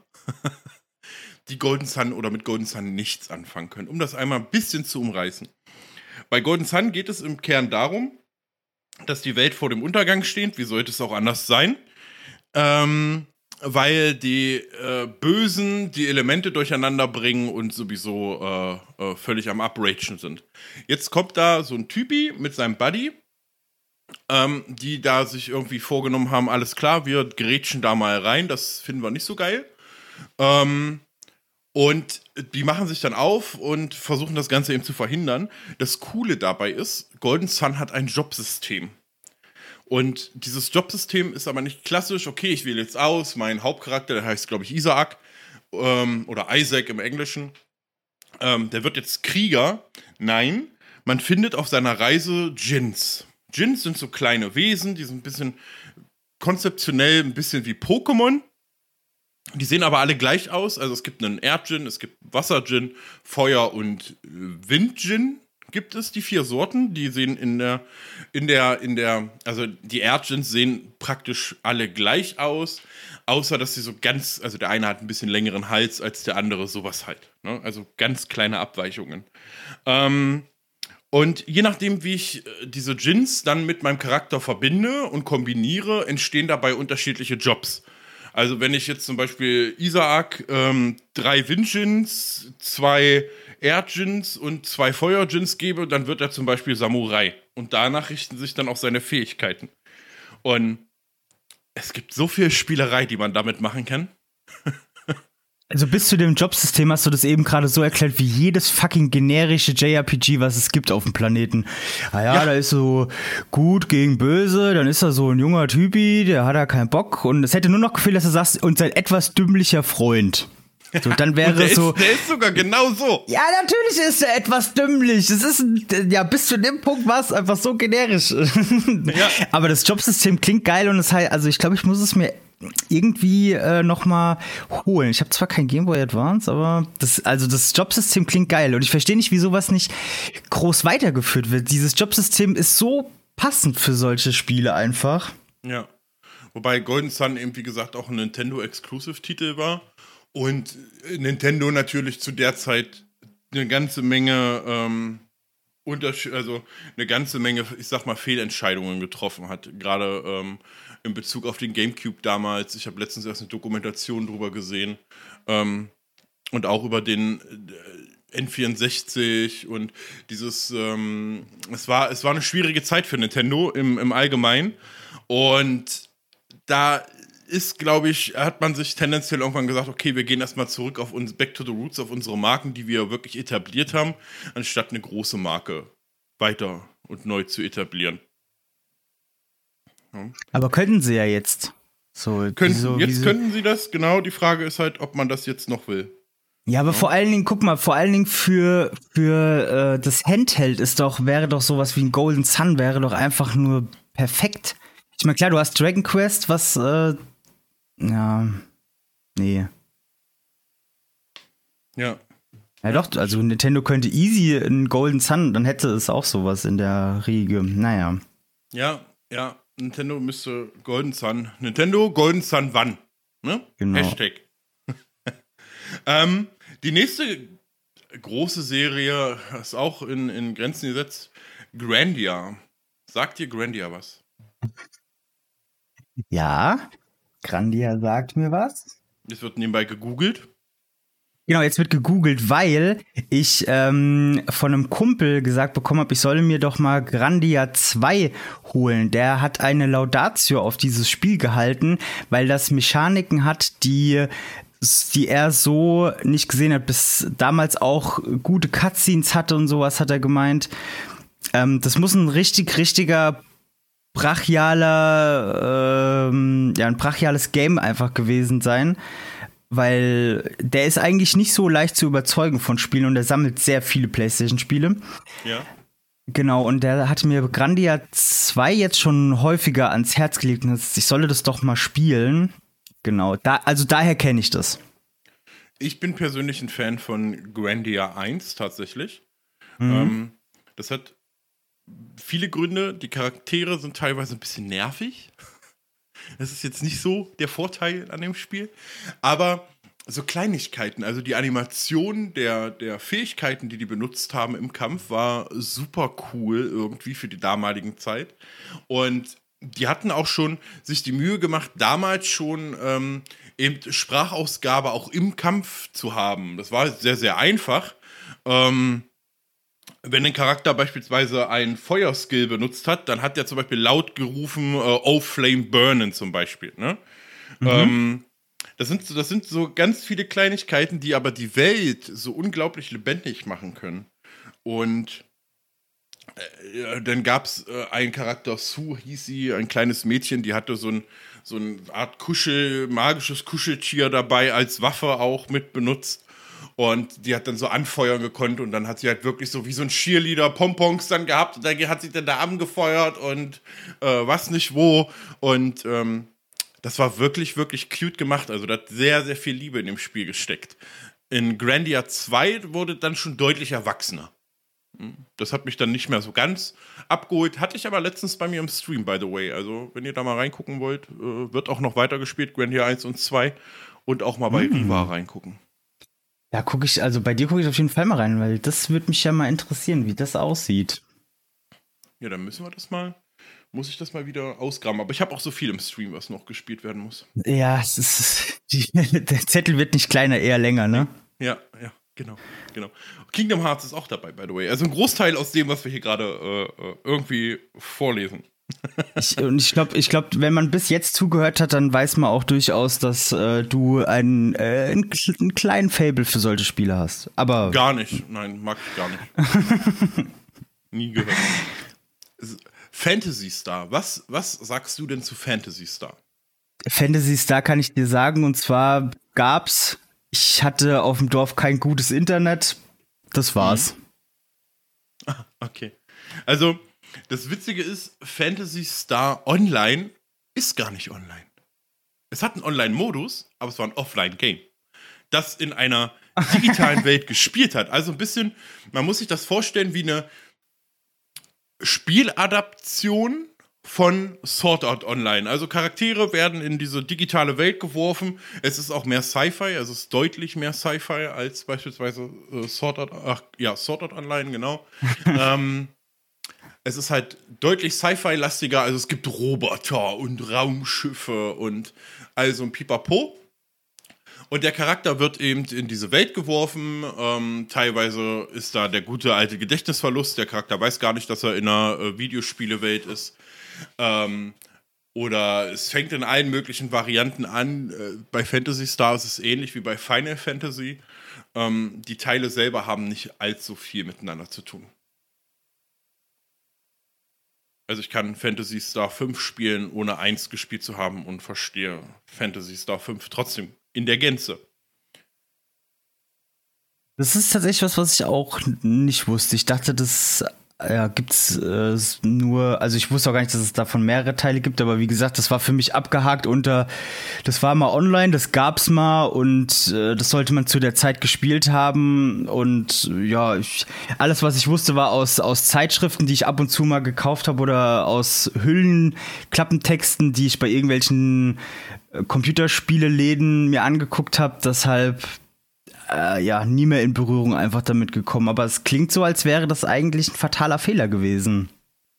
Speaker 1: die Golden Sun oder mit Golden Sun nichts anfangen können, um das einmal ein bisschen zu umreißen. Bei Golden Sun geht es im Kern darum, dass die Welt vor dem Untergang steht. Wie sollte es auch anders sein? Ähm, weil die äh, Bösen die Elemente durcheinander bringen und sowieso äh, äh, völlig am Upragen sind. Jetzt kommt da so ein Typi mit seinem Buddy, ähm, die da sich irgendwie vorgenommen haben, alles klar, wir grätschen da mal rein, das finden wir nicht so geil. Ähm, und die machen sich dann auf und versuchen das Ganze eben zu verhindern. Das Coole dabei ist, Golden Sun hat ein Jobsystem. Und dieses Jobsystem ist aber nicht klassisch, okay, ich wähle jetzt aus, mein Hauptcharakter, der heißt, glaube ich, Isaac ähm, oder Isaac im Englischen, ähm, der wird jetzt Krieger. Nein, man findet auf seiner Reise Djinns. Djinns sind so kleine Wesen, die sind ein bisschen konzeptionell ein bisschen wie Pokémon. Die sehen aber alle gleich aus, also es gibt einen Erd-Djinn, es gibt Wasser-Djinn, Feuer- und Wind-Djinn. Gibt es die vier Sorten, die sehen in der, in der, in der, also die Erdjinns sehen praktisch alle gleich aus, außer dass sie so ganz, also der eine hat ein bisschen längeren Hals als der andere, sowas halt, ne? Also ganz kleine Abweichungen. Ähm, und je nachdem, wie ich diese Djinns dann mit meinem Charakter verbinde und kombiniere, entstehen dabei unterschiedliche Jobs. Also wenn ich jetzt zum Beispiel Isaac ähm, drei Wind-Djinns, zwei Erd-Djinns und zwei Feuer-Djinns gebe, dann wird er zum Beispiel Samurai. Und danach richten sich dann auch seine Fähigkeiten. Und es gibt so viel Spielerei, die man damit machen kann.
Speaker 2: Also bis zu dem Jobsystem hast du das eben gerade so erklärt, wie jedes fucking generische J R P G, was es gibt auf dem Planeten. Ah ja, ja, da ist so gut gegen böse, dann ist da so ein junger Typi, der hat da keinen Bock. Und es hätte nur noch gefehlt, dass du sagst, und sein etwas dümmlicher Freund. So, dann wäre
Speaker 1: der
Speaker 2: es so.
Speaker 1: Ist, der ist sogar genau so.
Speaker 2: Ja, natürlich ist er etwas dümmlich. Das ist, ein, ja, bis zu dem Punkt war es einfach so generisch. Ja. Aber das Jobsystem klingt geil und es heißt, also ich glaube, ich muss es mir irgendwie äh, noch mal holen. Ich habe zwar kein Game Boy Advance, aber das, also das Jobsystem klingt geil und ich verstehe nicht, wie sowas nicht groß weitergeführt wird. Dieses Jobsystem ist so passend für solche Spiele einfach.
Speaker 1: Ja. Wobei Golden Sun eben, wie gesagt, auch ein Nintendo-Exclusive-Titel war. Und Nintendo natürlich zu der Zeit eine ganze Menge ähm, Unterschied, also eine ganze Menge, ich sag mal, Fehlentscheidungen getroffen hat. Gerade ähm, in Bezug auf den GameCube damals. Ich habe letztens erst eine Dokumentation drüber gesehen. Ähm, und auch über den äh, N vierundsechzig und dieses, ähm, es war, es war eine schwierige Zeit für Nintendo im, im Allgemeinen. Und da ist, glaube ich, hat man sich tendenziell irgendwann gesagt, okay, wir gehen erstmal zurück auf uns, back to the roots, auf unsere Marken, die wir wirklich etabliert haben, anstatt eine große Marke weiter und neu zu etablieren.
Speaker 2: Ja. Aber könnten sie ja jetzt. So,
Speaker 1: könnten,
Speaker 2: so,
Speaker 1: jetzt
Speaker 2: so.
Speaker 1: könnten sie das, genau. Die Frage ist halt, ob man das jetzt noch will.
Speaker 2: Ja, aber ja. vor allen Dingen, guck mal, vor allen Dingen für, für äh, das Handheld ist doch, wäre doch sowas wie ein Golden Sun, wäre doch einfach nur perfekt. Ich meine, klar, du hast Dragon Quest, was, äh, ja, nee.
Speaker 1: Ja.
Speaker 2: Ja doch, also Nintendo könnte easy einen Golden Sun, dann hätte es auch sowas in der Riege. Naja.
Speaker 1: Ja, ja, Nintendo müsste Golden Sun. Nintendo Golden Sun wann? Ne?
Speaker 2: Genau.
Speaker 1: Hashtag. ähm, die nächste große Serie ist auch in, in Grenzen gesetzt. Grandia. Sagt dir Grandia was?
Speaker 2: Ja, Grandia sagt mir was.
Speaker 1: Es wird nebenbei gegoogelt.
Speaker 2: Genau, jetzt wird gegoogelt, weil ich ähm, von einem Kumpel gesagt bekommen habe, ich solle mir doch mal Grandia zwei holen. Der hat eine Laudatio auf dieses Spiel gehalten, weil das Mechaniken hat, die, die er so nicht gesehen hat, bis damals auch gute Cutscenes hatte und sowas, hat er gemeint. Ähm, das muss ein richtig, richtiger brachialer, ähm, ja, ein brachiales Game einfach gewesen sein. Weil der ist eigentlich nicht so leicht zu überzeugen von Spielen und der sammelt sehr viele PlayStation-Spiele.
Speaker 1: Ja.
Speaker 2: Genau, und der hat mir Grandia zwei jetzt schon häufiger ans Herz gelegt und ich solle das doch mal spielen. Genau, da, also daher kenne ich das.
Speaker 1: Ich bin persönlich ein Fan von Grandia eins tatsächlich.
Speaker 2: Mhm.
Speaker 1: Ähm, das hat viele Gründe. Die Charaktere sind teilweise ein bisschen nervig. Das ist jetzt nicht so der Vorteil an dem Spiel. Aber so Kleinigkeiten, also die Animation der, der Fähigkeiten, die die benutzt haben im Kampf, war super cool irgendwie für die damalige Zeit. Und die hatten auch schon sich die Mühe gemacht, damals schon ähm, eben Sprachausgabe auch im Kampf zu haben. Das war sehr, sehr einfach. Ähm, Wenn ein Charakter beispielsweise einen Feuerskill benutzt hat, dann hat der zum Beispiel laut gerufen, äh, Oh Flame Burnen zum Beispiel. Ne? Mhm. Ähm, das, sind so, das sind so ganz viele Kleinigkeiten, die aber die Welt so unglaublich lebendig machen können. Und äh, dann gab es äh, einen Charakter, Sue hieß sie, ein kleines Mädchen, die hatte so, ein, so eine Art Kuschel, magisches Kuscheltier dabei, als Waffe auch mit benutzt. Und die hat dann so anfeuern gekonnt und dann hat sie halt wirklich so wie so ein Cheerleader Pompons dann gehabt und dann hat sie dann da angefeuert und äh, was nicht wo. Und ähm, das war wirklich, wirklich cute gemacht. Also da hat sehr, sehr viel Liebe in dem Spiel gesteckt. In Grandia zwei wurde dann schon deutlich erwachsener. Das hat mich dann nicht mehr so ganz abgeholt. Hatte ich aber letztens bei mir im Stream, by the way. Also wenn ihr da mal reingucken wollt, äh, wird auch noch weitergespielt, Grandia eins und zwei. Und auch mal bei mm. Riva reingucken.
Speaker 2: Da gucke ich, also bei dir gucke ich auf jeden Fall mal rein, weil das würde mich ja mal interessieren, wie das aussieht.
Speaker 1: Ja, dann müssen wir das mal, muss ich das mal wieder ausgraben. Aber ich habe auch so viel im Stream, was noch gespielt werden muss.
Speaker 2: Ja, es ist, die, der Zettel wird nicht kleiner, eher länger, ne?
Speaker 1: Ja, ja, genau, genau. Kingdom Hearts ist auch dabei, by the way. Also ein Großteil aus dem, was wir hier gerade äh, irgendwie vorlesen.
Speaker 2: Ich, und ich glaube, ich glaub, wenn man bis jetzt zugehört hat, dann weiß man auch durchaus, dass äh, du einen, äh, einen, einen kleinen Faible für solche Spiele hast. Aber
Speaker 1: gar nicht. Nein, mag ich gar nicht. Nie gehört. Phantasy Star. Was, was sagst du denn zu Phantasy Star?
Speaker 2: Phantasy Star kann ich dir sagen. Und zwar gab's, ich hatte auf dem Dorf kein gutes Internet. Das war's.
Speaker 1: Mhm. Ah, okay. Also das Witzige ist, Phantasy Star Online ist gar nicht online. Es hat einen Online-Modus, aber es war ein Offline-Game, das in einer digitalen Welt gespielt hat. Also ein bisschen, man muss sich das vorstellen wie eine Spieladaption von Sword Art Online. Also Charaktere werden in diese digitale Welt geworfen. Es ist auch mehr Sci-Fi, also es ist deutlich mehr Sci-Fi als beispielsweise äh, Sword Art, ach, ja, Sword Art Online, genau. ähm, Es ist halt deutlich Sci-Fi-lastiger, also es gibt Roboter und Raumschiffe und all so ein Pipapo. Und der Charakter wird eben in diese Welt geworfen. Ähm, teilweise ist da der gute alte Gedächtnisverlust. Der Charakter weiß gar nicht, dass er in einer äh, Videospielewelt ist. Ähm, oder es fängt in allen möglichen Varianten an. Äh, bei Phantasy Star ist es ähnlich wie bei Final Fantasy. Ähm, die Teile selber haben nicht allzu viel miteinander zu tun. Also ich kann Phantasy Star fünf spielen, ohne eins gespielt zu haben und verstehe Phantasy Star fünf trotzdem in der Gänze.
Speaker 2: Das ist tatsächlich was, was ich auch nicht wusste. Ich dachte, das ja, gibt's äh, nur, also ich wusste auch gar nicht, dass es davon mehrere Teile gibt, aber wie gesagt, das war für mich abgehakt unter, das war mal online, das gab's mal und äh, das sollte man zu der Zeit gespielt haben und ja, ich, alles, was ich wusste, war aus, aus Zeitschriften, die ich ab und zu mal gekauft habe oder aus Hüllen, Klappentexten, die ich bei irgendwelchen äh, Computerspieleläden mir angeguckt habe, deshalb Äh, ja, nie mehr in Berührung einfach damit gekommen. Aber es klingt so, als wäre das eigentlich ein fataler Fehler gewesen.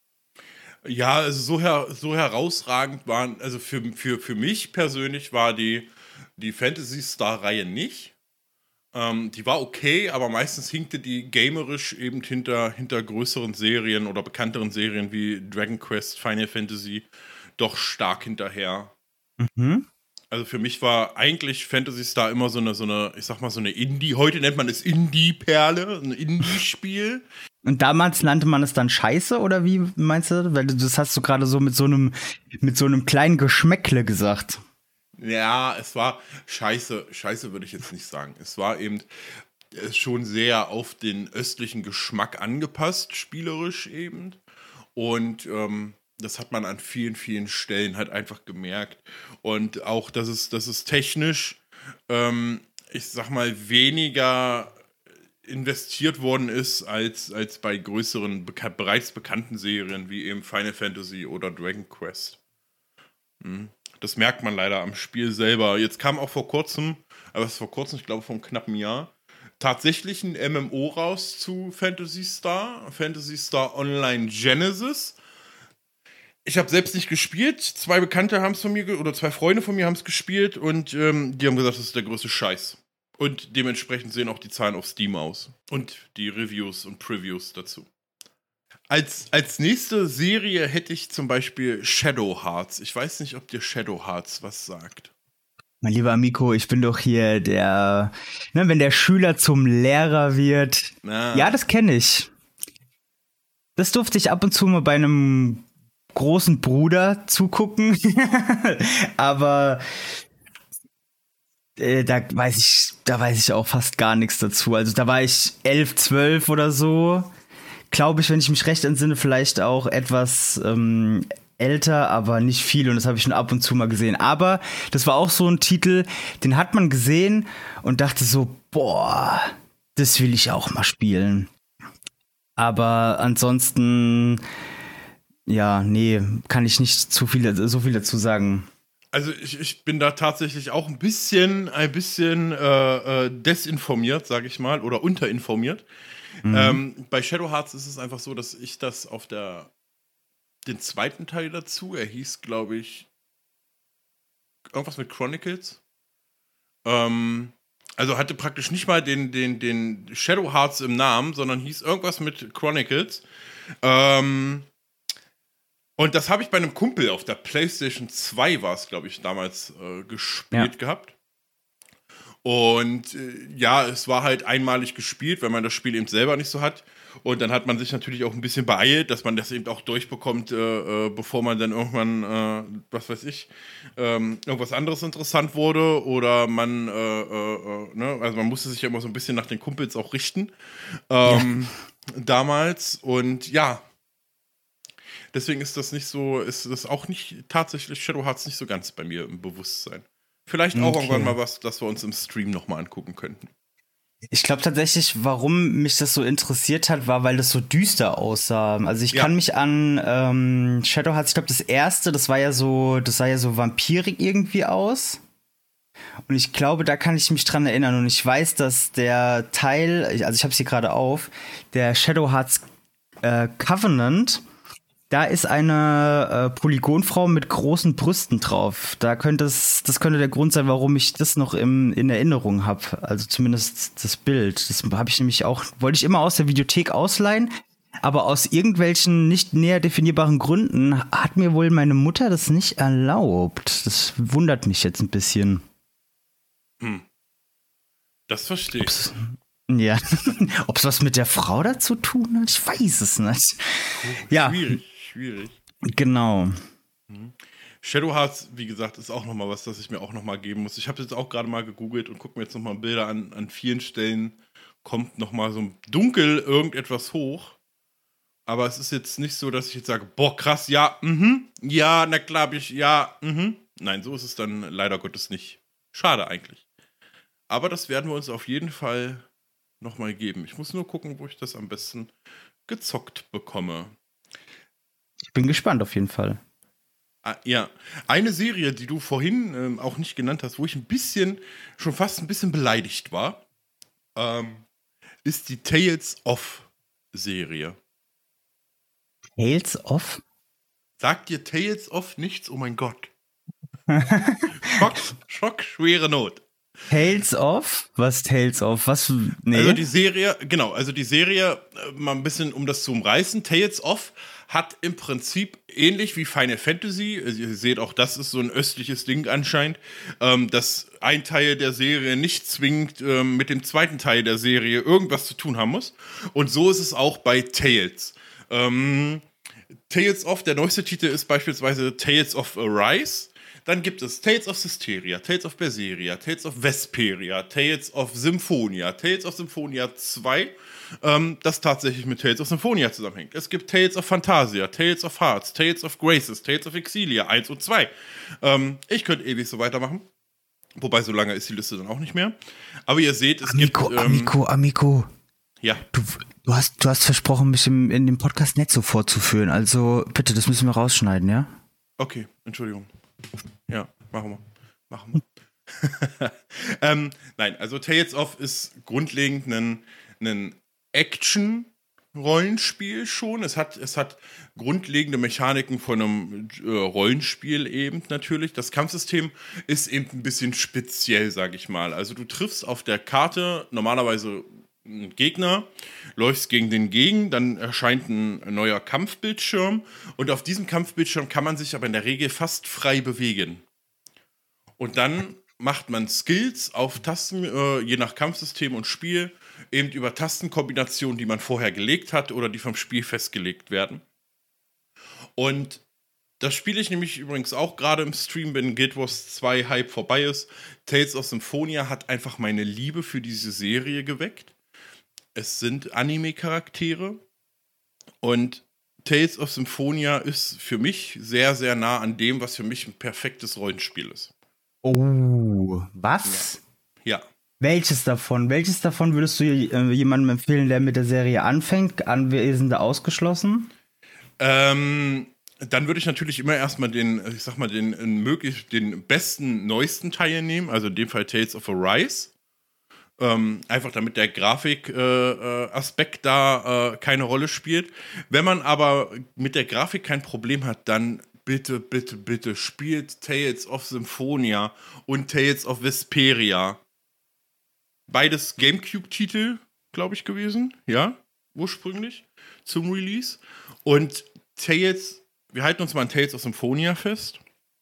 Speaker 1: Ja, also so, her so herausragend waren, also für, für, für mich persönlich war die, die Phantasy Star-Reihe nicht. Ähm, die war okay, aber meistens hinkte die gamerisch eben hinter, hinter größeren Serien oder bekannteren Serien wie Dragon Quest, Final Fantasy doch stark hinterher.
Speaker 2: Mhm.
Speaker 1: Also für mich war eigentlich Phantasy Star immer so eine, so eine, ich sag mal, so eine Indie, heute nennt man es Indie-Perle, ein Indie-Spiel.
Speaker 2: Und damals nannte man es dann Scheiße, oder wie meinst du? Weil das hast du gerade so mit so einem, mit so einem kleinen Geschmäckle gesagt.
Speaker 1: Ja, es war Scheiße, Scheiße würde ich jetzt nicht sagen. Es war eben schon sehr auf den östlichen Geschmack angepasst, spielerisch eben. Und ähm, das hat man an vielen, vielen Stellen halt einfach gemerkt. Und auch, dass es, dass es technisch, ähm, ich sag mal, weniger investiert worden ist als, als bei größeren, beka bereits bekannten Serien wie eben Final Fantasy oder Dragon Quest. Hm. Das merkt man leider am Spiel selber. Jetzt kam auch vor kurzem, aber es ist vor kurzem, ich glaube vor einem knappen Jahr, tatsächlich ein M M O raus zu Phantasy Star. Phantasy Star Online Genesis. Ich habe selbst nicht gespielt. Zwei Bekannte haben es von mir, oder zwei Freunde von mir haben es gespielt und ähm, die haben gesagt, das ist der größte Scheiß. Und dementsprechend sehen auch die Zahlen auf Steam aus. Und die Reviews und Previews dazu. Als, als nächste Serie hätte ich zum Beispiel Shadow Hearts. Ich weiß nicht, ob dir Shadow Hearts was sagt.
Speaker 2: Mein lieber Amico, ich bin doch hier der, ne, wenn der Schüler zum Lehrer wird. Ah. Ja, das kenne ich. Das durfte ich ab und zu mal bei einem großen Bruder zugucken. Aber äh, da weiß ich, da weiß ich auch fast gar nichts dazu. Also da war ich elf, zwölf oder so. Glaube ich, wenn ich mich recht entsinne, vielleicht auch etwas ähm, älter, aber nicht viel. Und das habe ich schon ab und zu mal gesehen. Aber das war auch so ein Titel, den hat man gesehen und dachte so, boah, das will ich auch mal spielen. Aber ansonsten, ja, nee, kann ich nicht zu viel, so viel dazu sagen.
Speaker 1: Also ich, ich bin da tatsächlich auch ein bisschen, ein bisschen äh, äh, desinformiert, sage ich mal, oder unterinformiert. Mhm. Ähm, bei Shadow Hearts ist es einfach so, dass ich das auf der den zweiten Teil dazu, er hieß, glaube ich, irgendwas mit Chronicles. Ähm, also hatte praktisch nicht mal den, den, den Shadow Hearts im Namen, sondern hieß irgendwas mit Chronicles. Ähm, und das habe ich bei einem Kumpel auf der PlayStation zwei, war es, glaube ich, damals äh, gespielt ja. gehabt. Und äh, ja, es war halt einmalig gespielt, wenn man das Spiel eben selber nicht so hat. Und dann hat man sich natürlich auch ein bisschen beeilt, dass man das eben auch durchbekommt, äh, äh, bevor man dann irgendwann, äh, was weiß ich, ähm, irgendwas anderes interessant wurde. Oder man, äh, äh, ne? Also man musste sich ja immer so ein bisschen nach den Kumpels auch richten. Ähm, ja. Damals. Und ja, deswegen ist das nicht so, ist das auch nicht tatsächlich, Shadow Hearts nicht so ganz bei mir im Bewusstsein. Vielleicht auch okay. Irgendwann mal was, das wir uns im Stream nochmal angucken könnten.
Speaker 2: Ich glaube tatsächlich, warum mich das so interessiert hat, war, weil das so düster aussah. Also ich ja. kann mich an ähm, Shadow Hearts, ich glaube das erste, das war ja so, das sah ja so vampirig irgendwie aus. Und ich glaube, da kann ich mich dran erinnern. Und ich weiß, dass der Teil, also ich habe es hier gerade auf, der Shadow Hearts äh, Covenant, da ist eine äh, Polygonfrau mit großen Brüsten drauf. Da könnte es, das könnte der Grund sein, warum ich das noch im, in Erinnerung habe. Also zumindest das Bild. Das habe ich nämlich auch, wollte ich immer aus der Videothek ausleihen. Aber aus irgendwelchen nicht näher definierbaren Gründen hat mir wohl meine Mutter das nicht erlaubt. Das wundert mich jetzt ein bisschen.
Speaker 1: Hm. Das verstehe ich.
Speaker 2: Ja. Ob es was mit der Frau dazu tun hat? Ich weiß es nicht.
Speaker 1: Ja. Schwierig. Schwierig.
Speaker 2: Genau.
Speaker 1: Shadow Hearts, wie gesagt, ist auch nochmal was, das ich mir auch nochmal geben muss. Ich habe jetzt auch gerade mal gegoogelt und gucke mir jetzt nochmal Bilder an. An vielen Stellen kommt nochmal so dunkel irgendetwas hoch. Aber es ist jetzt nicht so, dass ich jetzt sage, boah, krass, ja, mhm, ja, na klar, hab ich, ja, mhm. Nein, so ist es dann leider Gottes nicht. Schade eigentlich. Aber das werden wir uns auf jeden Fall nochmal geben. Ich muss nur gucken, wo ich das am besten gezockt bekomme.
Speaker 2: Ich bin gespannt auf jeden Fall.
Speaker 1: Ah, ja, eine Serie, die du vorhin ähm, auch nicht genannt hast, wo ich ein bisschen, schon fast ein bisschen beleidigt war, ähm, ist die Tales of Serie.
Speaker 2: Tales of?
Speaker 1: Sagt dir Tales of nichts? Oh mein Gott. Schock, Schock, schwere Not.
Speaker 2: Tales of? Was Tales of? Was? Nee.
Speaker 1: Also die Serie, genau, also die Serie, äh, mal ein bisschen, um das zu umreißen, Tales of hat im Prinzip ähnlich wie Final Fantasy, also ihr seht auch, das ist so ein östliches Ding anscheinend, ähm, dass ein Teil der Serie nicht zwingend ähm, mit dem zweiten Teil der Serie irgendwas zu tun haben muss. Und so ist es auch bei Tales. Ähm, Tales of, der neueste Titel ist beispielsweise Tales of Arise. Dann gibt es Tales of Systeria, Tales of Berseria, Tales of Vesperia, Tales of Symphonia, Tales of Symphonia zwei, ähm, das tatsächlich mit Tales of Symphonia zusammenhängt. Es gibt Tales of Phantasia, Tales of Hearts, Tales of Graces, Tales of Exilia eins und zwei. Ähm, ich könnte ewig so weitermachen. Wobei, so lange ist die Liste dann auch nicht mehr. Aber ihr seht, es
Speaker 2: Amico,
Speaker 1: gibt... Ähm,
Speaker 2: Amico, Amico.
Speaker 1: Ja.
Speaker 2: Du, du, hast, du hast versprochen, mich im, in dem Podcast nicht so vorzuführen. Also bitte, das müssen wir rausschneiden, ja?
Speaker 1: Okay, Entschuldigung. Ja, machen wir. Machen wir. ähm, nein, also Tales of ist grundlegend ein, ein Action-Rollenspiel schon. Es hat, es hat grundlegende Mechaniken von einem äh, Rollenspiel eben natürlich. Das Kampfsystem ist eben ein bisschen speziell, sag ich mal. Also du triffst auf der Karte normalerweise einen Gegner, läufst gegen den gegen, dann erscheint ein neuer Kampfbildschirm und auf diesem Kampfbildschirm kann man sich aber in der Regel fast frei bewegen. Und dann macht man Skills auf Tasten, äh, je nach Kampfsystem und Spiel, eben über Tastenkombinationen, die man vorher gelegt hat oder die vom Spiel festgelegt werden. Und das spiele ich nämlich übrigens auch gerade im Stream, wenn Guild Wars zwei Hype vorbei ist. Tales of Symphonia hat einfach meine Liebe für diese Serie geweckt. Es sind Anime-Charaktere und Tales of Symphonia ist für mich sehr, sehr nah an dem, was für mich ein perfektes Rollenspiel ist.
Speaker 2: Oh, was?
Speaker 1: Ja. ja.
Speaker 2: Welches davon? Welches davon würdest du äh, jemandem empfehlen, der mit der Serie anfängt? Anwesende ausgeschlossen?
Speaker 1: Ähm, dann würde ich natürlich immer erstmal den, ich sag mal, den, möglich, den besten, neuesten Teil nehmen, also in dem Fall Tales of Arise. Ähm, einfach damit der Grafik-Aspekt äh, da äh, keine Rolle spielt. Wenn man aber mit der Grafik kein Problem hat, dann bitte, bitte, bitte spielt Tales of Symphonia und Tales of Vesperia. Beides GameCube-Titel, glaube ich, gewesen. Ja, ursprünglich zum Release. Und Tales, wir halten uns mal an Tales of Symphonia fest,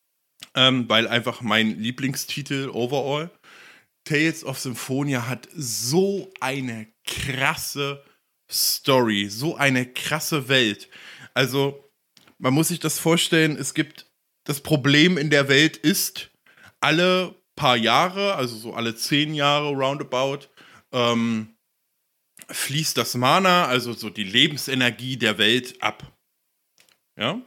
Speaker 1: ähm, weil einfach mein Lieblingstitel overall. Tales of Symphonia hat so eine krasse Story, so eine krasse Welt. Also, man muss sich das vorstellen, es gibt, das Problem in der Welt ist, alle paar Jahre, also so alle zehn Jahre roundabout, ähm, fließt das Mana, also so die Lebensenergie der Welt ab. Ja?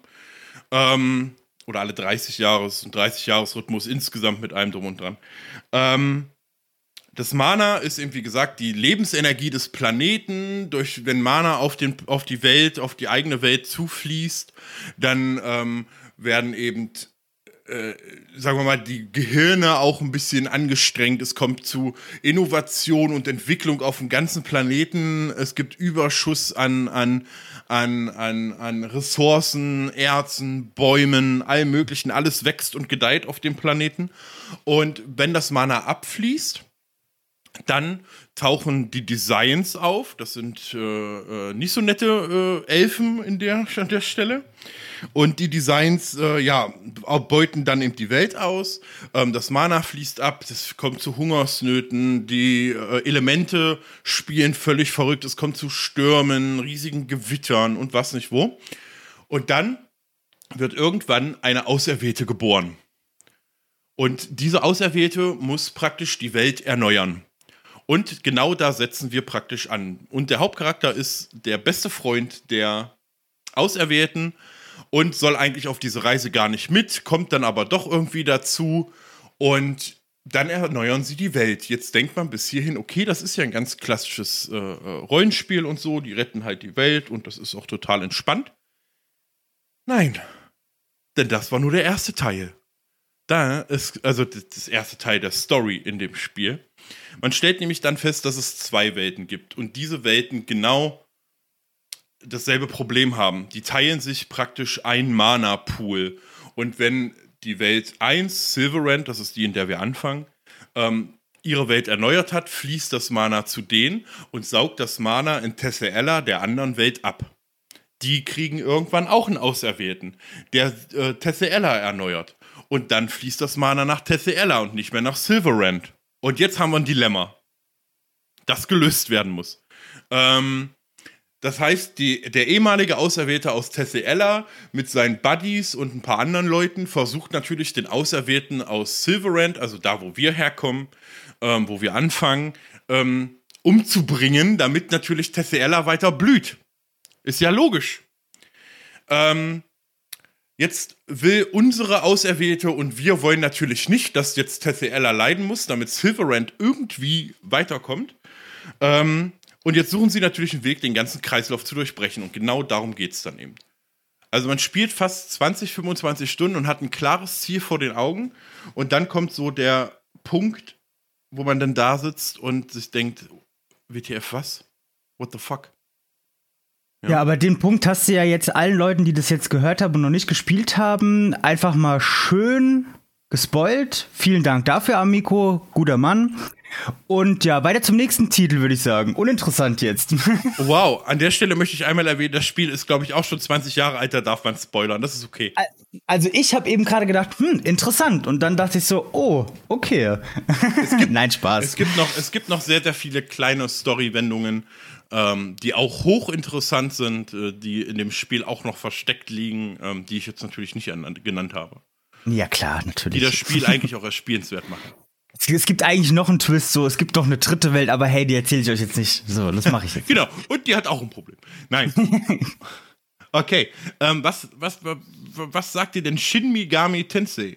Speaker 1: Ähm, oder alle dreißig Jahre, ein dreißig-Jahres-Rhythmus insgesamt mit allem drum und dran. Ähm, Das Mana ist eben, wie gesagt, die Lebensenergie des Planeten. Durch, wenn Mana auf, den, auf die Welt, auf die eigene Welt zufließt, dann ähm, werden eben, äh, sagen wir mal, die Gehirne auch ein bisschen angestrengt. Es kommt zu Innovation und Entwicklung auf dem ganzen Planeten. Es gibt Überschuss an, an, an, an, an Ressourcen, Erzen, Bäumen, allem Möglichen. Alles wächst und gedeiht auf dem Planeten. Und wenn das Mana abfließt, dann tauchen die Designs auf. Das sind äh, äh, nicht so nette äh, Elfen in der, an der Stelle. Und die Designs, äh, ja, beuten dann eben die Welt aus. Ähm, das Mana fließt ab, es kommt zu Hungersnöten, die äh, Elemente spielen völlig verrückt, es kommt zu Stürmen, riesigen Gewittern und was nicht wo. Und dann wird irgendwann eine Auserwählte geboren. Und diese Auserwählte muss praktisch die Welt erneuern. Und genau da setzen wir praktisch an. Und der Hauptcharakter ist der beste Freund der Auserwählten und soll eigentlich auf diese Reise gar nicht mit, kommt dann aber doch irgendwie dazu und dann erneuern sie die Welt. Jetzt denkt man bis hierhin, okay, das ist ja ein ganz klassisches äh, Rollenspiel und so, die retten halt die Welt und das ist auch total entspannt. Nein, denn das war nur der erste Teil. Da ist, also das erste Teil der Story in dem Spiel. Man stellt nämlich dann fest, dass es zwei Welten gibt und diese Welten genau dasselbe Problem haben. Die teilen sich praktisch ein Mana-Pool. Und wenn die Welt eins, Silverrand, das ist die, in der wir anfangen, ähm, ihre Welt erneuert hat, fließt das Mana zu denen und saugt das Mana in Tessella, der anderen Welt, ab. Die kriegen irgendwann auch einen Auserwählten, der äh, Tessella erneuert. Und dann fließt das Mana nach Tessella und nicht mehr nach Silverrand. Und jetzt haben wir ein Dilemma, das gelöst werden muss. Ähm, Das heißt, die, der ehemalige Auserwählte aus Tessella mit seinen Buddies und ein paar anderen Leuten versucht natürlich den Auserwählten aus Silverrand, also da, wo wir herkommen, ähm, wo wir anfangen, ähm, umzubringen, damit natürlich Tessella weiter blüht. Ist ja logisch. Ähm, jetzt will unsere Auserwählte und wir wollen natürlich nicht, dass jetzt Tessella leiden muss, damit Silverrand irgendwie weiterkommt. Ähm, Und jetzt suchen sie natürlich einen Weg, den ganzen Kreislauf zu durchbrechen. Und genau darum geht es dann eben. Also man spielt fast zwanzig, fünfundzwanzig Stunden und hat ein klares Ziel vor den Augen. Und dann kommt so der Punkt, wo man dann da sitzt und sich denkt, W T F was? What the fuck?
Speaker 2: Ja. ja, aber den Punkt hast du ja jetzt allen Leuten, die das jetzt gehört haben und noch nicht gespielt haben, einfach mal schön gespoilt. Vielen Dank dafür, Amico. Guter Mann. Und ja, weiter zum nächsten Titel, würde ich sagen. Uninteressant jetzt.
Speaker 1: Wow, an der Stelle möchte ich einmal erwähnen, das Spiel ist, glaube ich, auch schon zwanzig Jahre alt, da darf man spoilern, das ist okay.
Speaker 2: Also ich habe eben gerade gedacht, hm, interessant. Und dann dachte ich so, oh, okay.
Speaker 1: Es gibt,
Speaker 2: Nein, Spaß.
Speaker 1: Es gibt, noch, es gibt noch sehr, sehr viele kleine Story-Wendungen, ähm, die auch hochinteressant sind, äh, die in dem Spiel auch noch versteckt liegen, ähm, die ich jetzt natürlich nicht an, genannt habe.
Speaker 2: Ja, klar, natürlich.
Speaker 1: Die das Spiel eigentlich auch erst spielenswert machen.
Speaker 2: Es gibt eigentlich noch einen Twist, so, es gibt noch eine dritte Welt, aber hey, die erzähle ich euch jetzt nicht. So, das mache ich jetzt.
Speaker 1: Genau, und die hat auch ein Problem. Nein. Okay, ähm, was, was, was sagt dir denn Shin Megami Tensei?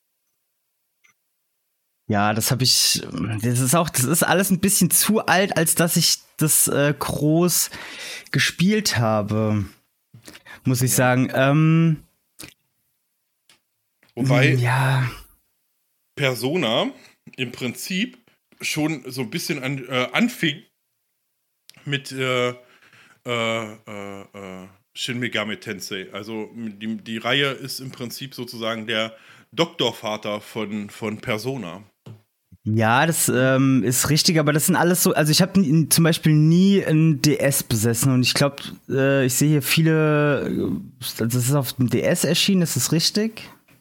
Speaker 2: Ja, das habe ich, das ist auch, das ist alles ein bisschen zu alt, als dass ich das äh, groß gespielt habe, muss ich ja. sagen. Ähm,
Speaker 1: Wobei
Speaker 2: ja.
Speaker 1: Persona im Prinzip schon so ein bisschen an, äh, anfing mit äh, äh, äh, Shin Megami Tensei. Also die, die Reihe ist im Prinzip sozusagen der Doktorvater von, von Persona.
Speaker 2: Ja, das ähm, ist richtig, aber das sind alles so, also ich habe zum Beispiel nie ein D S besessen und ich glaube, äh, ich sehe hier viele, das ist auf dem D S erschienen, ist das richtig?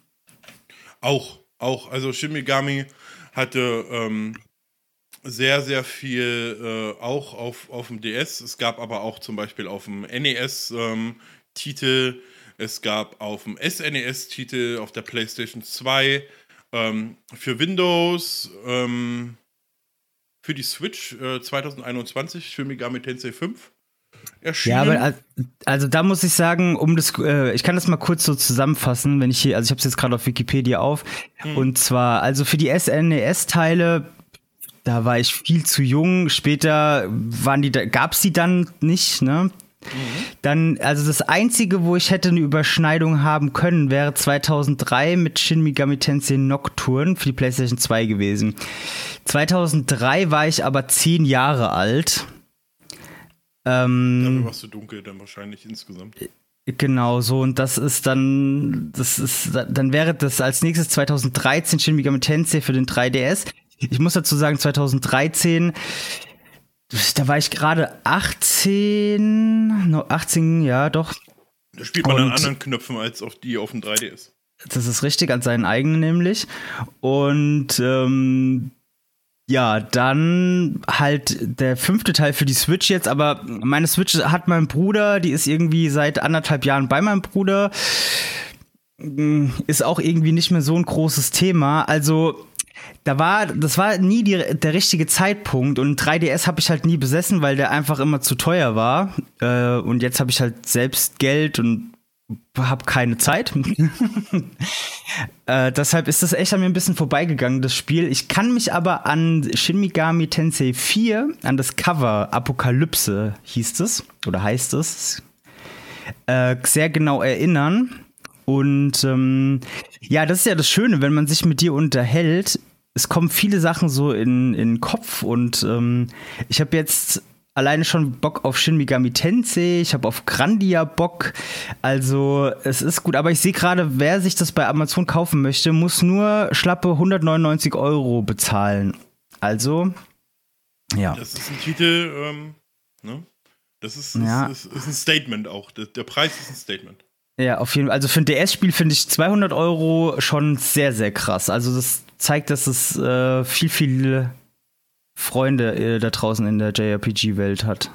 Speaker 1: Auch, auch, also Shin Megami hatte ähm, sehr, sehr viel äh, auch auf, auf dem D S. Es gab aber auch zum Beispiel auf dem N E S ähm, Titel, es gab auf dem S N E S Titel, auf der PlayStation zwei, ähm, für Windows, ähm, für die Switch äh, zwanzig einundzwanzig, Shin Megami Tensei fünf. Erschienen.
Speaker 2: Ja, aber also da muss ich sagen, um das, äh, ich kann das mal kurz so zusammenfassen, wenn ich hier, also ich habe es jetzt gerade auf Wikipedia auf, mhm. und zwar, also für die S N E S-Teile, da war ich viel zu jung, später waren die, gab's die dann nicht, ne? Mhm. Dann, also das Einzige, wo ich hätte eine Überschneidung haben können, wäre zweitausenddrei mit Shin Megami Tensei Nocturne für die PlayStation zwei gewesen. zweitausenddrei war ich aber zehn Jahre alt. Ähm,
Speaker 1: Dafür warst du dunkel dann wahrscheinlich insgesamt.
Speaker 2: Genau, so, und das ist dann, das ist, dann wäre das als nächstes zweitausenddreizehn Shin Megami Tensei für den drei D S. Ich muss dazu sagen, zweitausenddreizehn, da war ich gerade achtzehn, achtzehn, ja, doch.
Speaker 1: Da spielt man und an anderen Knöpfen als auf die auf dem drei D S.
Speaker 2: Das ist richtig, an seinen eigenen nämlich. Und, ähm, ja, dann halt der fünfte Teil für die Switch jetzt, aber meine Switch hat mein Bruder, die ist irgendwie seit anderthalb Jahren bei meinem Bruder. ist auch irgendwie nicht mehr so ein großes Thema. Also da war, das war nie die, der richtige Zeitpunkt und drei D S habe ich halt nie besessen, weil der einfach immer zu teuer war. Äh, und jetzt habe ich halt selbst Geld und habe keine Zeit. äh, deshalb ist das echt an mir ein bisschen vorbeigegangen, das Spiel. Ich kann mich aber an Shin Megami Tensei vier, an das Cover Apokalypse hieß es, oder heißt es, äh, sehr genau erinnern. Und ähm, ja, das ist ja das Schöne, wenn man sich mit dir unterhält. Es kommen viele Sachen so in, in den Kopf und ähm, ich habe jetzt alleine schon Bock auf Shin Megami Tensei, ich habe auf Grandia Bock, also es ist gut, aber ich sehe gerade, wer sich das bei Amazon kaufen möchte, muss nur schlappe hundertneunundneunzig Euro bezahlen. Also, ja.
Speaker 1: Das ist ein Titel, ähm, ne? Das ist,
Speaker 2: ja.
Speaker 1: ist, ist, ist ein Statement auch, der, der Preis ist ein Statement.
Speaker 2: Ja, auf jeden Fall. Also für ein D S-Spiel finde ich zweihundert Euro schon sehr, sehr krass. Also das zeigt, dass es äh, viel, viel Freunde äh, da draußen in der J R P G-Welt hat.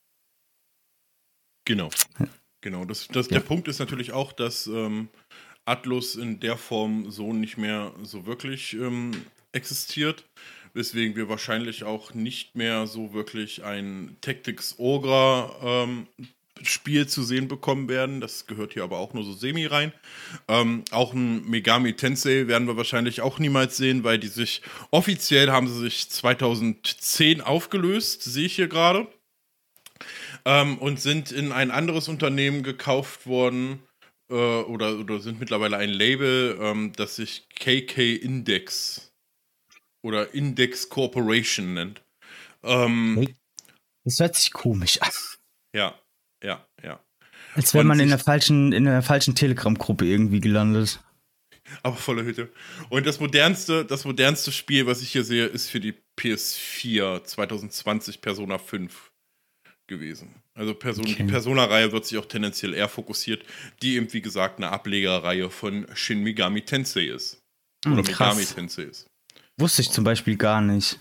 Speaker 1: Genau. Genau. Das, das, ja. Der Punkt ist natürlich auch, dass ähm, Atlus in der Form so nicht mehr so wirklich ähm, existiert. Weswegen wir wahrscheinlich auch nicht mehr so wirklich ein Tactics Ogre ähm, Spiel zu sehen bekommen werden. Das gehört hier aber auch nur so semi rein. Ähm, auch ein Megami Tensei werden wir wahrscheinlich auch niemals sehen, weil die sich, offiziell haben sie sich zweitausendzehn aufgelöst, sehe ich hier gerade. Ähm, und sind in ein anderes Unternehmen gekauft worden, äh, oder, oder sind mittlerweile ein Label, ähm, das sich K K Index oder Index Corporation nennt. Ähm,
Speaker 2: das hört sich komisch an.
Speaker 1: Ja. Ja, ja.
Speaker 2: Als wäre man in der falschen, in der falschen Telegram-Gruppe irgendwie gelandet.
Speaker 1: Aber volle Hütte. Und das modernste, das modernste Spiel, was ich hier sehe, ist für die P S vier zwanzig zwanzig Persona fünf gewesen. Also Person, okay. Die Persona-Reihe wird sich auch tendenziell eher fokussiert, die eben, wie gesagt, eine Ablegerreihe von Shin Megami Tensei ist. Oder hm, Megami Tensei ist.
Speaker 2: Wusste ich zum Beispiel gar nicht.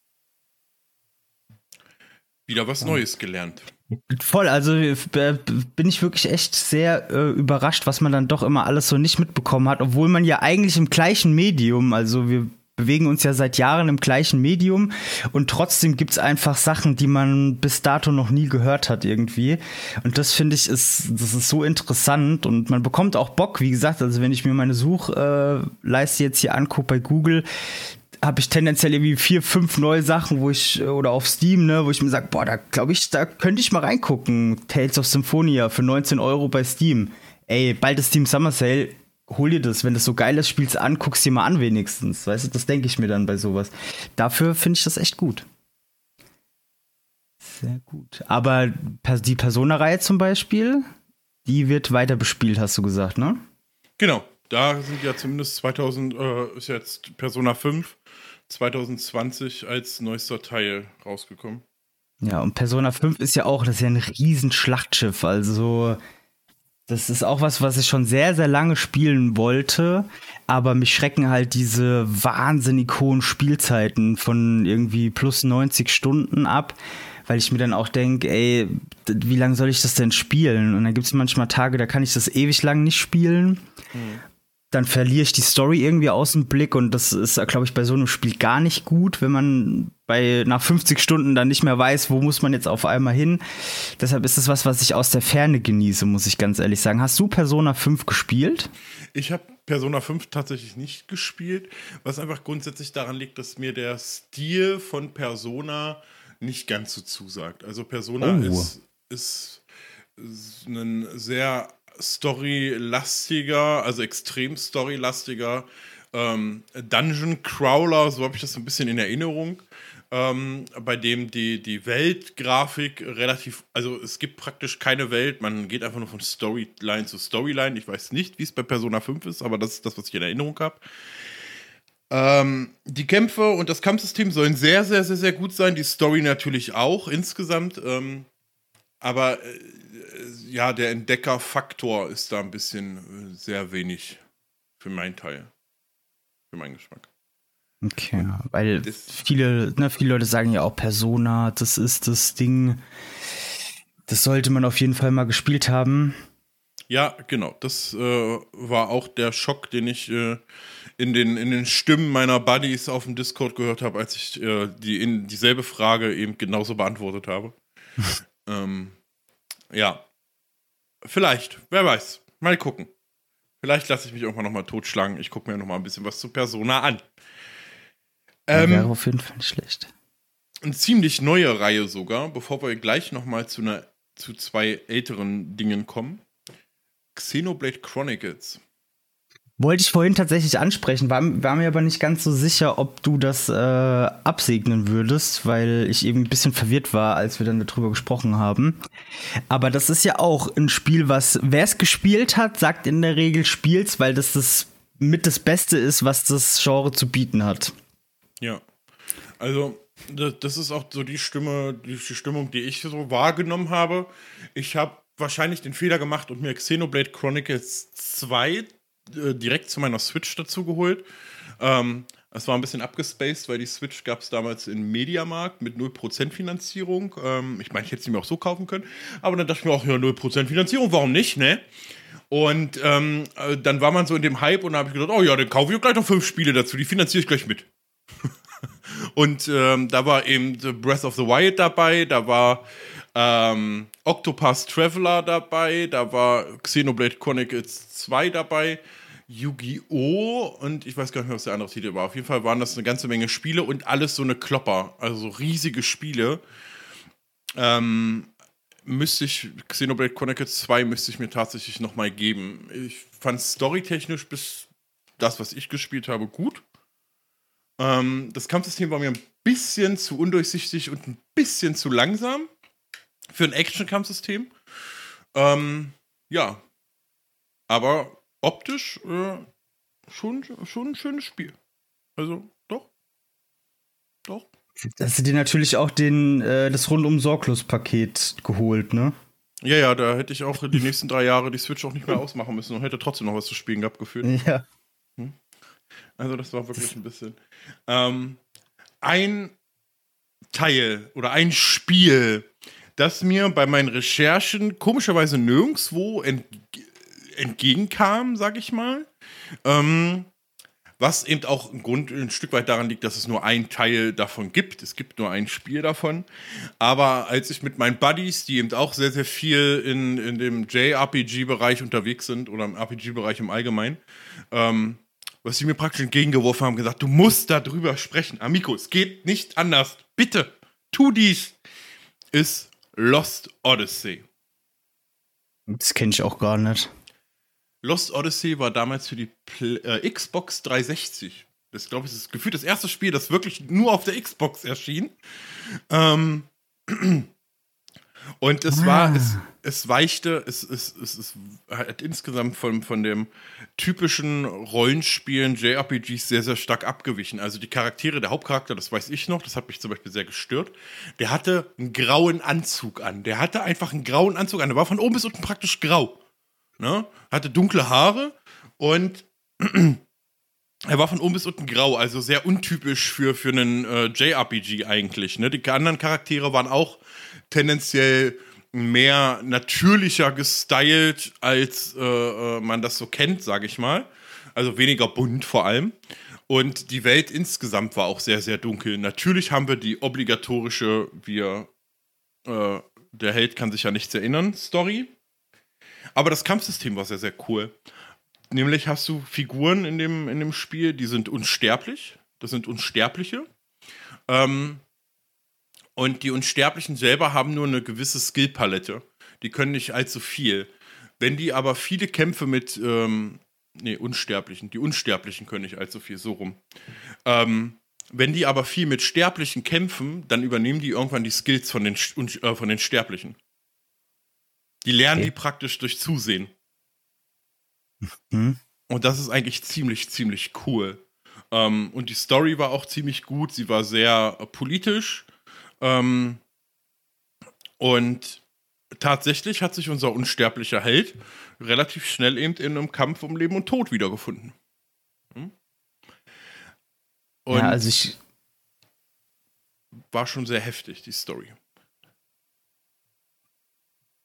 Speaker 1: Wieder was Neues gelernt.
Speaker 2: Voll, also äh, bin ich wirklich echt sehr äh, überrascht, was man dann doch immer alles so nicht mitbekommen hat, obwohl man ja eigentlich im gleichen Medium, also wir bewegen uns ja seit Jahren im gleichen Medium und trotzdem gibt's einfach Sachen, die man bis dato noch nie gehört hat irgendwie. Und das finde ich, ist, das ist so interessant und man bekommt auch Bock, wie gesagt, also wenn ich mir meine Suchleiste jetzt hier angucke bei Google, habe ich tendenziell irgendwie vier, fünf neue Sachen, wo ich, oder auf Steam, ne, wo ich mir sage, boah, da glaube ich, da könnte ich mal reingucken. Tales of Symphonia für neunzehn Euro bei Steam. Ey, bald ist Steam Summer Sale, hol dir das. Wenn das so geil ist, spielst an, guck's dir mal an wenigstens. Weißt du, das denke ich mir dann bei sowas. Dafür finde ich das echt gut. Sehr gut. Aber die Persona-Reihe zum Beispiel, die wird weiter bespielt, hast du gesagt, ne?
Speaker 1: Genau. Da sind ja zumindest zweitausend, äh, ist jetzt Persona fünf zwanzig zwanzig als neuester Teil rausgekommen.
Speaker 2: Ja, und Persona fünf ist ja auch, das ist ja ein riesen Schlachtschiff, also das ist auch was, was ich schon sehr, sehr lange spielen wollte, aber mich schrecken halt diese wahnsinnig hohen Spielzeiten von irgendwie plus neunzig Stunden ab, weil ich mir dann auch denke, ey, wie lange soll ich das denn spielen? Und dann gibt es manchmal Tage, da kann ich das ewig lang nicht spielen. Mhm. Dann verliere ich die Story irgendwie aus dem Blick und das ist, glaube ich, bei so einem Spiel gar nicht gut, wenn man bei nach fünfzig Stunden dann nicht mehr weiß, wo muss man jetzt auf einmal hin. Deshalb ist es was, was ich aus der Ferne genieße, muss ich ganz ehrlich sagen. Hast du Persona fünf gespielt?
Speaker 1: Ich habe Persona fünf tatsächlich nicht gespielt, was einfach grundsätzlich daran liegt, dass mir der Stil von Persona nicht ganz so zusagt. Also Persona oh. ist, ist, ist ein sehr storylastiger, also extrem storylastiger ähm, Dungeon Crawler, so habe ich das ein bisschen in Erinnerung, ähm, bei dem die, die Weltgrafik relativ, also es gibt praktisch keine Welt, man geht einfach nur von Storyline zu Storyline. Ich weiß nicht, wie es bei Persona fünf ist, aber das ist das, was ich in Erinnerung habe. Ähm, die Kämpfe und das Kampfsystem sollen sehr, sehr, sehr, sehr gut sein, die Story natürlich auch insgesamt, ähm, aber äh, ja, der Entdeckerfaktor ist da ein bisschen äh, sehr wenig für meinen Teil. Für meinen Geschmack.
Speaker 2: Okay, und weil viele, ne, viele Leute sagen ja auch Persona, das ist das Ding, das sollte man auf jeden Fall mal gespielt haben.
Speaker 1: Ja, genau. Das äh, war auch der Schock, den ich äh, in, den, in den Stimmen meiner Buddies auf dem Discord gehört habe, als ich äh, die, in, dieselbe Frage eben genauso beantwortet habe. ähm, ja, vielleicht, wer weiß. Mal gucken. Vielleicht lasse ich mich irgendwann nochmal totschlagen. Ich gucke mir nochmal ein bisschen was zu Persona an.
Speaker 2: Ja, wäre
Speaker 1: Ähm,
Speaker 2: auf jeden Fall nicht schlecht.
Speaker 1: eine ziemlich neue Reihe sogar, bevor wir gleich nochmal zu, einer, zu zwei älteren Dingen kommen. Xenoblade Chronicles.
Speaker 2: Wollte ich vorhin tatsächlich ansprechen, war, war mir aber nicht ganz so sicher, ob du das äh, absegnen würdest, weil ich eben ein bisschen verwirrt war, als wir dann darüber gesprochen haben. Aber das ist ja auch ein Spiel, was, wer es gespielt hat, sagt in der Regel spielt's, weil das das mit das Beste ist, was das Genre zu bieten hat.
Speaker 1: Ja, also das ist auch so die Stimme, die Stimmung, die ich so wahrgenommen habe. Ich habe wahrscheinlich den Fehler gemacht und mir Xenoblade Chronicles zwei äh, direkt zu meiner Switch dazu geholt. Ähm, es war ein bisschen abgespaced, weil die Switch gab es damals in Mediamarkt mit null Prozent Finanzierung. Ähm, ich meine, ich hätte sie mir auch so kaufen können. Aber dann dachte ich mir auch, ja, null Prozent Finanzierung, warum nicht, ne? Und ähm, äh, dann war man so in dem Hype und da habe ich gedacht, oh ja, dann kaufe ich auch gleich noch fünf Spiele dazu, die finanziere ich gleich mit. Und ähm, da war eben The Breath of the Wild dabei, da war ähm, Octopath Traveler dabei, da war Xenoblade Chronicles zwei dabei, Yu-Gi-Oh! Und ich weiß gar nicht mehr, was der andere Titel war. Auf jeden Fall waren das eine ganze Menge Spiele und alles so eine Klopper, also so riesige Spiele. Ähm, müsste ich, Xenoblade Chronicles zwei müsste ich mir tatsächlich nochmal geben. Ich fand storytechnisch bis das, was ich gespielt habe, gut. Ähm, das Kampfsystem war mir ein bisschen zu undurchsichtig und ein bisschen zu langsam für ein Action-Kampfsystem. Ähm, ja. Aber optisch äh, schon, schon ein schönes Spiel. Also, doch. Doch.
Speaker 2: Da hast du dir natürlich auch den, äh, das Rundum-Sorglos-Paket geholt, ne?
Speaker 1: Ja, ja, da hätte ich auch die nächsten drei Jahre die Switch auch nicht mehr ausmachen müssen und hätte trotzdem noch was zu spielen gehabt, gefühlt.
Speaker 2: Ja.
Speaker 1: Hm? Also, das war wirklich ein bisschen. Ähm, ein Teil oder ein Spiel, das mir bei meinen Recherchen komischerweise nirgendwo ent entgegenkam, sag ich mal. Ähm, was eben auch ein Grund ein Stück weit daran liegt, dass es nur ein Teil davon gibt. Es gibt nur ein Spiel davon. Aber als ich mit meinen Buddies, die eben auch sehr, sehr viel in, in dem J R P G-Bereich unterwegs sind oder im R P G-Bereich im Allgemeinen, ähm, was sie mir praktisch entgegengeworfen haben, gesagt, du musst darüber sprechen. Amico, es geht nicht anders. Bitte, tu dies. Ist Lost Odyssey.
Speaker 2: Das kenne ich auch gar nicht.
Speaker 1: Lost Odyssey war damals für die Pl äh, Xbox dreihundertsechzig. Das glaube ich ist gefühlt das erste Spiel, das wirklich nur auf der Xbox erschien. Ähm, und es ah. war, es, es weichte, es, es, es, es hat insgesamt von, von dem typischen Rollenspielen, J R P Gs sehr, sehr stark abgewichen. Also die Charaktere, der Hauptcharakter, das weiß ich noch, das hat mich zum Beispiel sehr gestört, der hatte einen grauen Anzug an. Der hatte einfach einen grauen Anzug an. Der war von oben bis unten praktisch grau. Ne? Hatte dunkle Haare und er war von oben bis unten grau, also sehr untypisch für, für einen äh, J R P G eigentlich. Ne? Die anderen Charaktere waren auch tendenziell mehr natürlicher gestylt, als äh, äh, man das so kennt, sage ich mal. Also weniger bunt vor allem. Und die Welt insgesamt war auch sehr, sehr dunkel. Natürlich haben wir die obligatorische, wir, äh, der Held kann sich ja nichts erinnern, Story. Aber das Kampfsystem war sehr, sehr cool. Nämlich hast du Figuren in dem, in dem Spiel, die sind unsterblich. Das sind Unsterbliche. Ähm, und die Unsterblichen selber haben nur eine gewisse Skillpalette. Die können nicht allzu viel. Wenn die aber viele Kämpfe mit, ähm, nee, Unsterblichen, die Unsterblichen können nicht allzu viel, so rum. Ähm, wenn die aber viel mit Sterblichen kämpfen, dann übernehmen die irgendwann die Skills von den, äh, von den Sterblichen. Die lernen okay. die praktisch durch Zusehen. Mhm. Und das ist eigentlich ziemlich, ziemlich cool. Ähm, und die Story war auch ziemlich gut. Sie war sehr äh, politisch. Ähm, und tatsächlich hat sich unser unsterblicher Held relativ schnell eben in einem Kampf um Leben und Tod wiedergefunden. Hm? Und
Speaker 2: ja, also ich
Speaker 1: war schon sehr heftig, die Story.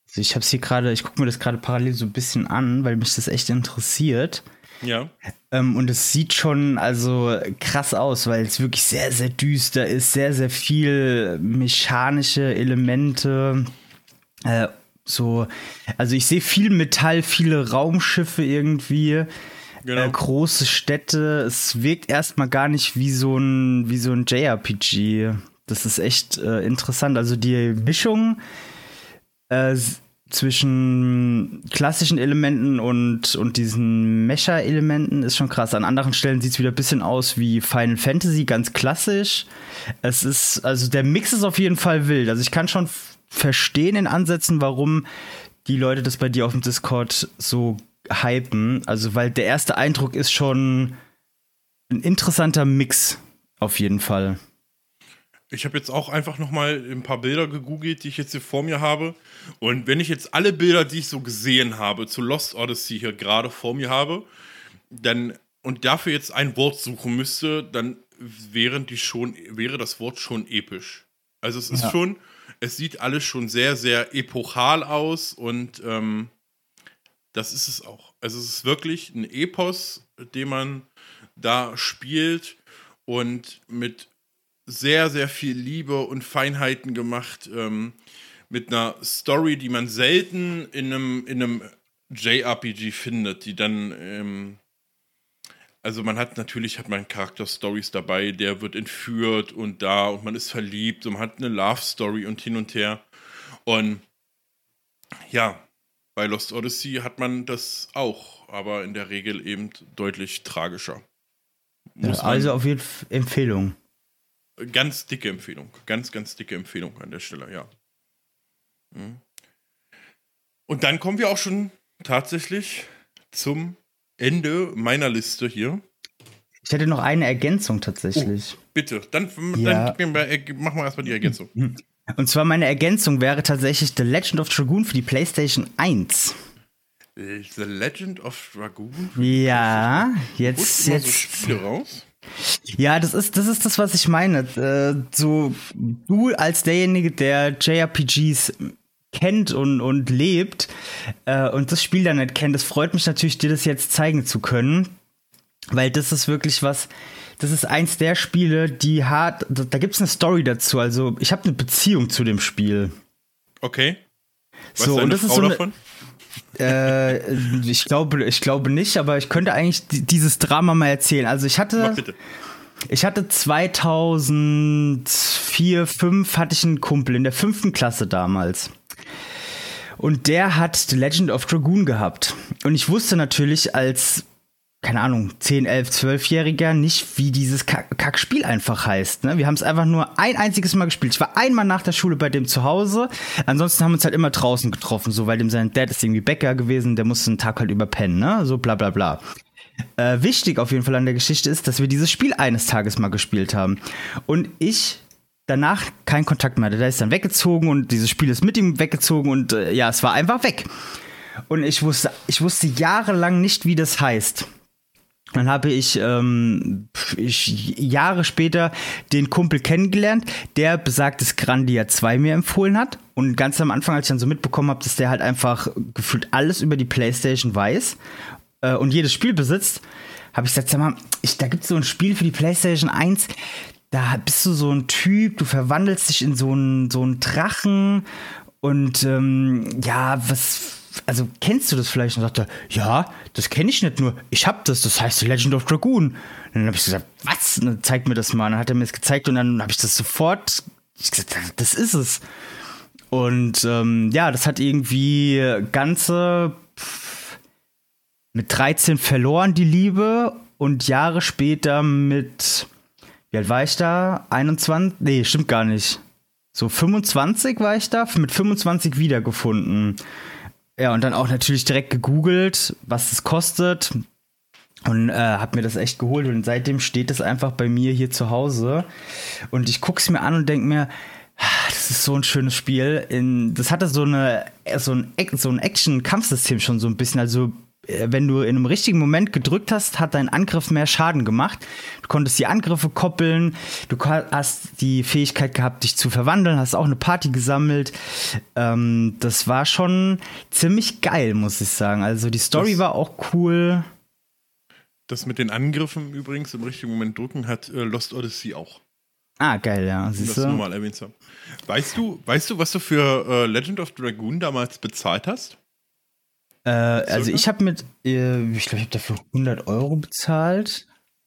Speaker 2: Also ich habe es hier gerade, ich gucke mir das gerade parallel so ein bisschen an, weil mich das echt interessiert.
Speaker 1: Ja.
Speaker 2: Ähm, und es sieht schon also krass aus, weil es wirklich sehr, sehr düster ist, sehr, sehr viel mechanische Elemente. Äh, so, also ich sehe viel Metall, viele Raumschiffe irgendwie. Genau. Äh, große Städte. Es wirkt erstmal gar nicht wie so ein, wie so ein J R P G. Das ist echt äh, interessant. Also die Mischung äh, zwischen klassischen Elementen und, und diesen Mecha-Elementen ist schon krass. An anderen Stellen sieht es wieder ein bisschen aus wie Final Fantasy, ganz klassisch. Es ist, also der Mix ist auf jeden Fall wild. Also ich kann schon f- verstehen in Ansätzen, warum die Leute das bei dir auf dem Discord so hypen. Also, weil der erste Eindruck ist schon ein interessanter Mix, auf jeden Fall.
Speaker 1: Ich habe jetzt auch einfach noch mal ein paar Bilder gegoogelt, die ich jetzt hier vor mir habe. Und wenn ich jetzt alle Bilder, die ich so gesehen habe, zu Lost Odyssey hier gerade vor mir habe, dann und dafür jetzt ein Wort suchen müsste, dann wären die schon, wäre das Wort schon episch. Also es ist ja. schon, es sieht alles schon sehr, sehr epochal aus und ähm, das ist es auch. Also es ist wirklich ein Epos, den man da spielt und mit sehr, sehr viel Liebe und Feinheiten gemacht, ähm, mit einer Story, die man selten in einem, in einem J R P G findet, die dann, ähm, also man hat natürlich, hat man Charakter-Stories dabei, der wird entführt und da und man ist verliebt und man hat eine Love-Story und hin und her und ja, bei Lost Odyssey hat man das auch, aber in der Regel eben deutlich tragischer.
Speaker 2: Ja, also auf jeden Fall Empfehlung.
Speaker 1: Ganz dicke Empfehlung. Ganz, ganz dicke Empfehlung an der Stelle, ja. Und dann kommen wir auch schon tatsächlich zum Ende meiner Liste hier.
Speaker 2: Ich hätte noch eine Ergänzung tatsächlich.
Speaker 1: Oh, bitte, dann,
Speaker 2: ja.
Speaker 1: dann machen wir erstmal die Ergänzung.
Speaker 2: Und zwar meine Ergänzung wäre tatsächlich The Legend of Dragoon für die PlayStation eins.
Speaker 1: The Legend of Dragoon?
Speaker 2: Ja, jetzt, jetzt.
Speaker 1: So Spiele raus?
Speaker 2: Ja, das ist, das ist das, was ich meine. Äh, so, du als derjenige, der J R P Gs kennt und, und lebt äh, und das Spiel dann nicht kennt, das freut mich natürlich, dir das jetzt zeigen zu können. Weil das ist wirklich was, das ist eins der Spiele, die hart, da, da gibt es eine Story dazu. Also, ich habe eine Beziehung zu dem Spiel.
Speaker 1: Okay. Was
Speaker 2: so,
Speaker 1: ist
Speaker 2: und das
Speaker 1: Frau
Speaker 2: ist so eine,
Speaker 1: davon?
Speaker 2: Äh, ich glaube, ich glaube nicht, aber ich könnte eigentlich d- dieses Drama mal erzählen. Also ich hatte,
Speaker 1: Mach bitte.
Speaker 2: ich hatte zweitausendvier, fünf hatte ich einen Kumpel in der fünften Klasse damals. Und der hat The Legend of Dragoon gehabt. Und ich wusste natürlich als, keine Ahnung, zehn, elf, zwölfjähriger nicht, wie dieses Kack- Kackspiel einfach heißt. Ne? Wir haben es einfach nur ein einziges Mal gespielt. Ich war einmal nach der Schule bei dem zu Hause. Ansonsten haben wir uns halt immer draußen getroffen, so, weil dem sein Dad ist irgendwie Bäcker gewesen, der musste einen Tag halt überpennen, ne? So bla bla bla. Äh, wichtig auf jeden Fall an der Geschichte ist, dass wir dieses Spiel eines Tages mal gespielt haben. Und ich danach keinen Kontakt mehr hatte. Der ist dann weggezogen und dieses Spiel ist mit ihm weggezogen und äh, ja, es war einfach weg. Und ich wusste, ich wusste jahrelang nicht, wie das heißt. Dann habe ich, ähm, ich Jahre später den Kumpel kennengelernt, der besagtes Grandia zwei mir empfohlen hat. Und ganz am Anfang, als ich dann so mitbekommen habe, dass der halt einfach gefühlt alles über die PlayStation weiß äh, und jedes Spiel besitzt, habe ich gesagt, sag mal, ich, da gibt es so ein Spiel für die PlayStation eins, da bist du so ein Typ, du verwandelst dich in so einen so einen Drachen und ähm, ja, was... Also, kennst du das vielleicht? Und sagte, ja, das kenne ich nicht nur. Ich hab das, das heißt The Legend of Dragoon. Und dann habe ich gesagt, was? Und dann zeig mir das mal. Und dann hat er mir das gezeigt und dann habe ich das sofort, ich gesagt, das ist es. Und ähm, ja, das hat irgendwie ganze pff, mit dreizehn verloren, die Liebe. Und Jahre später mit, wie alt war ich da? einundzwanzig? Nee, stimmt gar nicht. So fünfundzwanzig war ich da, mit fünfundzwanzig wiedergefunden. Ja, und dann auch natürlich direkt gegoogelt, was es kostet und äh, hab mir das echt geholt und seitdem steht es einfach bei mir hier zu Hause und ich guck's mir an und denk mir, das ist so ein schönes Spiel. In, das hatte so eine so ein, so ein Action-Kampfsystem schon so ein bisschen, also äh, wenn du in einem richtigen Moment gedrückt hast, hat dein Angriff mehr Schaden gemacht. Du konntest die Angriffe koppeln, du hast die Fähigkeit gehabt, dich zu verwandeln, hast auch eine Party gesammelt. Ähm, das war schon ziemlich geil, muss ich sagen. Also die Story das, war auch cool.
Speaker 1: Das mit den Angriffen übrigens im richtigen Moment drücken hat äh, Lost Odyssey auch.
Speaker 2: Ah, geil, ja.
Speaker 1: Siehst du? Das nochmal erwähnt zu haben. Weißt du, weißt du, was du für äh, Legend of Dragoon damals bezahlt hast?
Speaker 2: Äh, also ich habe mit, äh, ich glaube, ich habe dafür hundert Euro bezahlt.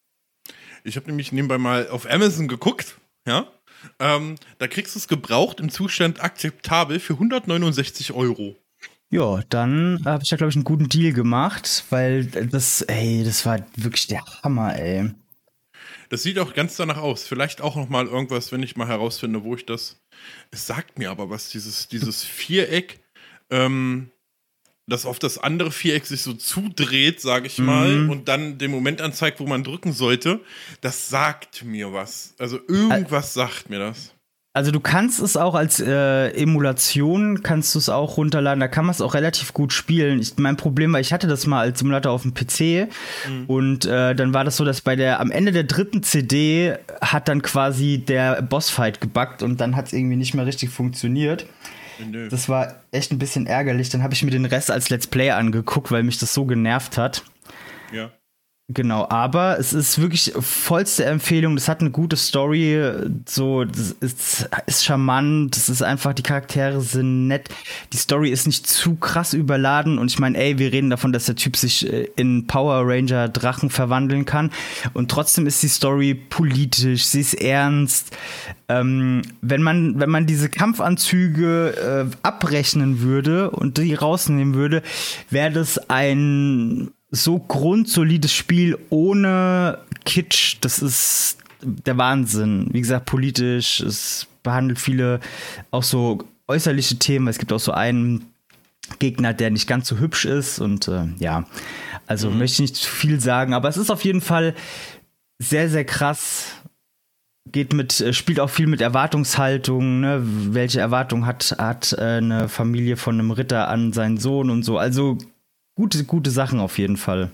Speaker 1: Ich habe nämlich nebenbei mal auf Amazon geguckt, ja. Ähm, da kriegst du es gebraucht im Zustand akzeptabel für hundertneunundsechzig Euro.
Speaker 2: Ja, dann habe ich da, glaube ich, einen guten Deal gemacht, weil das, ey, das war wirklich der Hammer, ey.
Speaker 1: Das sieht auch ganz danach aus. Vielleicht auch noch mal irgendwas, wenn ich mal herausfinde, wo ich das. Es sagt mir aber was, dieses, dieses Viereck, ähm, das auf das andere Viereck sich so zudreht, sage ich mal, mhm. und dann den Moment anzeigt, wo man drücken sollte. Das sagt mir was. Also irgendwas Ä- sagt mir das.
Speaker 2: Also du kannst es auch als äh, Emulation, kannst du es auch runterladen, da kann man es auch relativ gut spielen. Ich, mein Problem war, ich hatte das mal als Simulator auf dem P C mhm. und äh, dann war das so, dass bei der, am Ende der dritten C D hat dann quasi der Bossfight gebuggt und dann hat es irgendwie nicht mehr richtig funktioniert. Nö. Das war echt ein bisschen ärgerlich. Dann habe ich mir den Rest als Let's Play angeguckt, weil mich das so genervt hat.
Speaker 1: Ja.
Speaker 2: Genau, aber es ist wirklich vollste Empfehlung. Das hat eine gute Story, so, das ist, ist charmant, das ist einfach, die Charaktere sind nett, die Story ist nicht zu krass überladen und ich meine, ey, wir reden davon, dass der Typ sich in Power Ranger Drachen verwandeln kann und trotzdem ist die Story politisch, sie ist ernst. Ähm, wenn man, wenn man diese Kampfanzüge äh, abrechnen würde und die rausnehmen würde, wäre das ein so grundsolides Spiel ohne Kitsch, das ist der Wahnsinn. Wie gesagt, politisch, es behandelt viele auch so äußerliche Themen. Es gibt auch so einen Gegner, der nicht ganz so hübsch ist und äh, ja, also mhm. möchte ich nicht zu viel sagen, aber es ist auf jeden Fall sehr, sehr krass. Geht mit, spielt auch viel mit Erwartungshaltung, ne? Welche Erwartung hat, hat äh, eine Familie von einem Ritter an seinen Sohn und so. Also Gute, gute Sachen auf jeden Fall.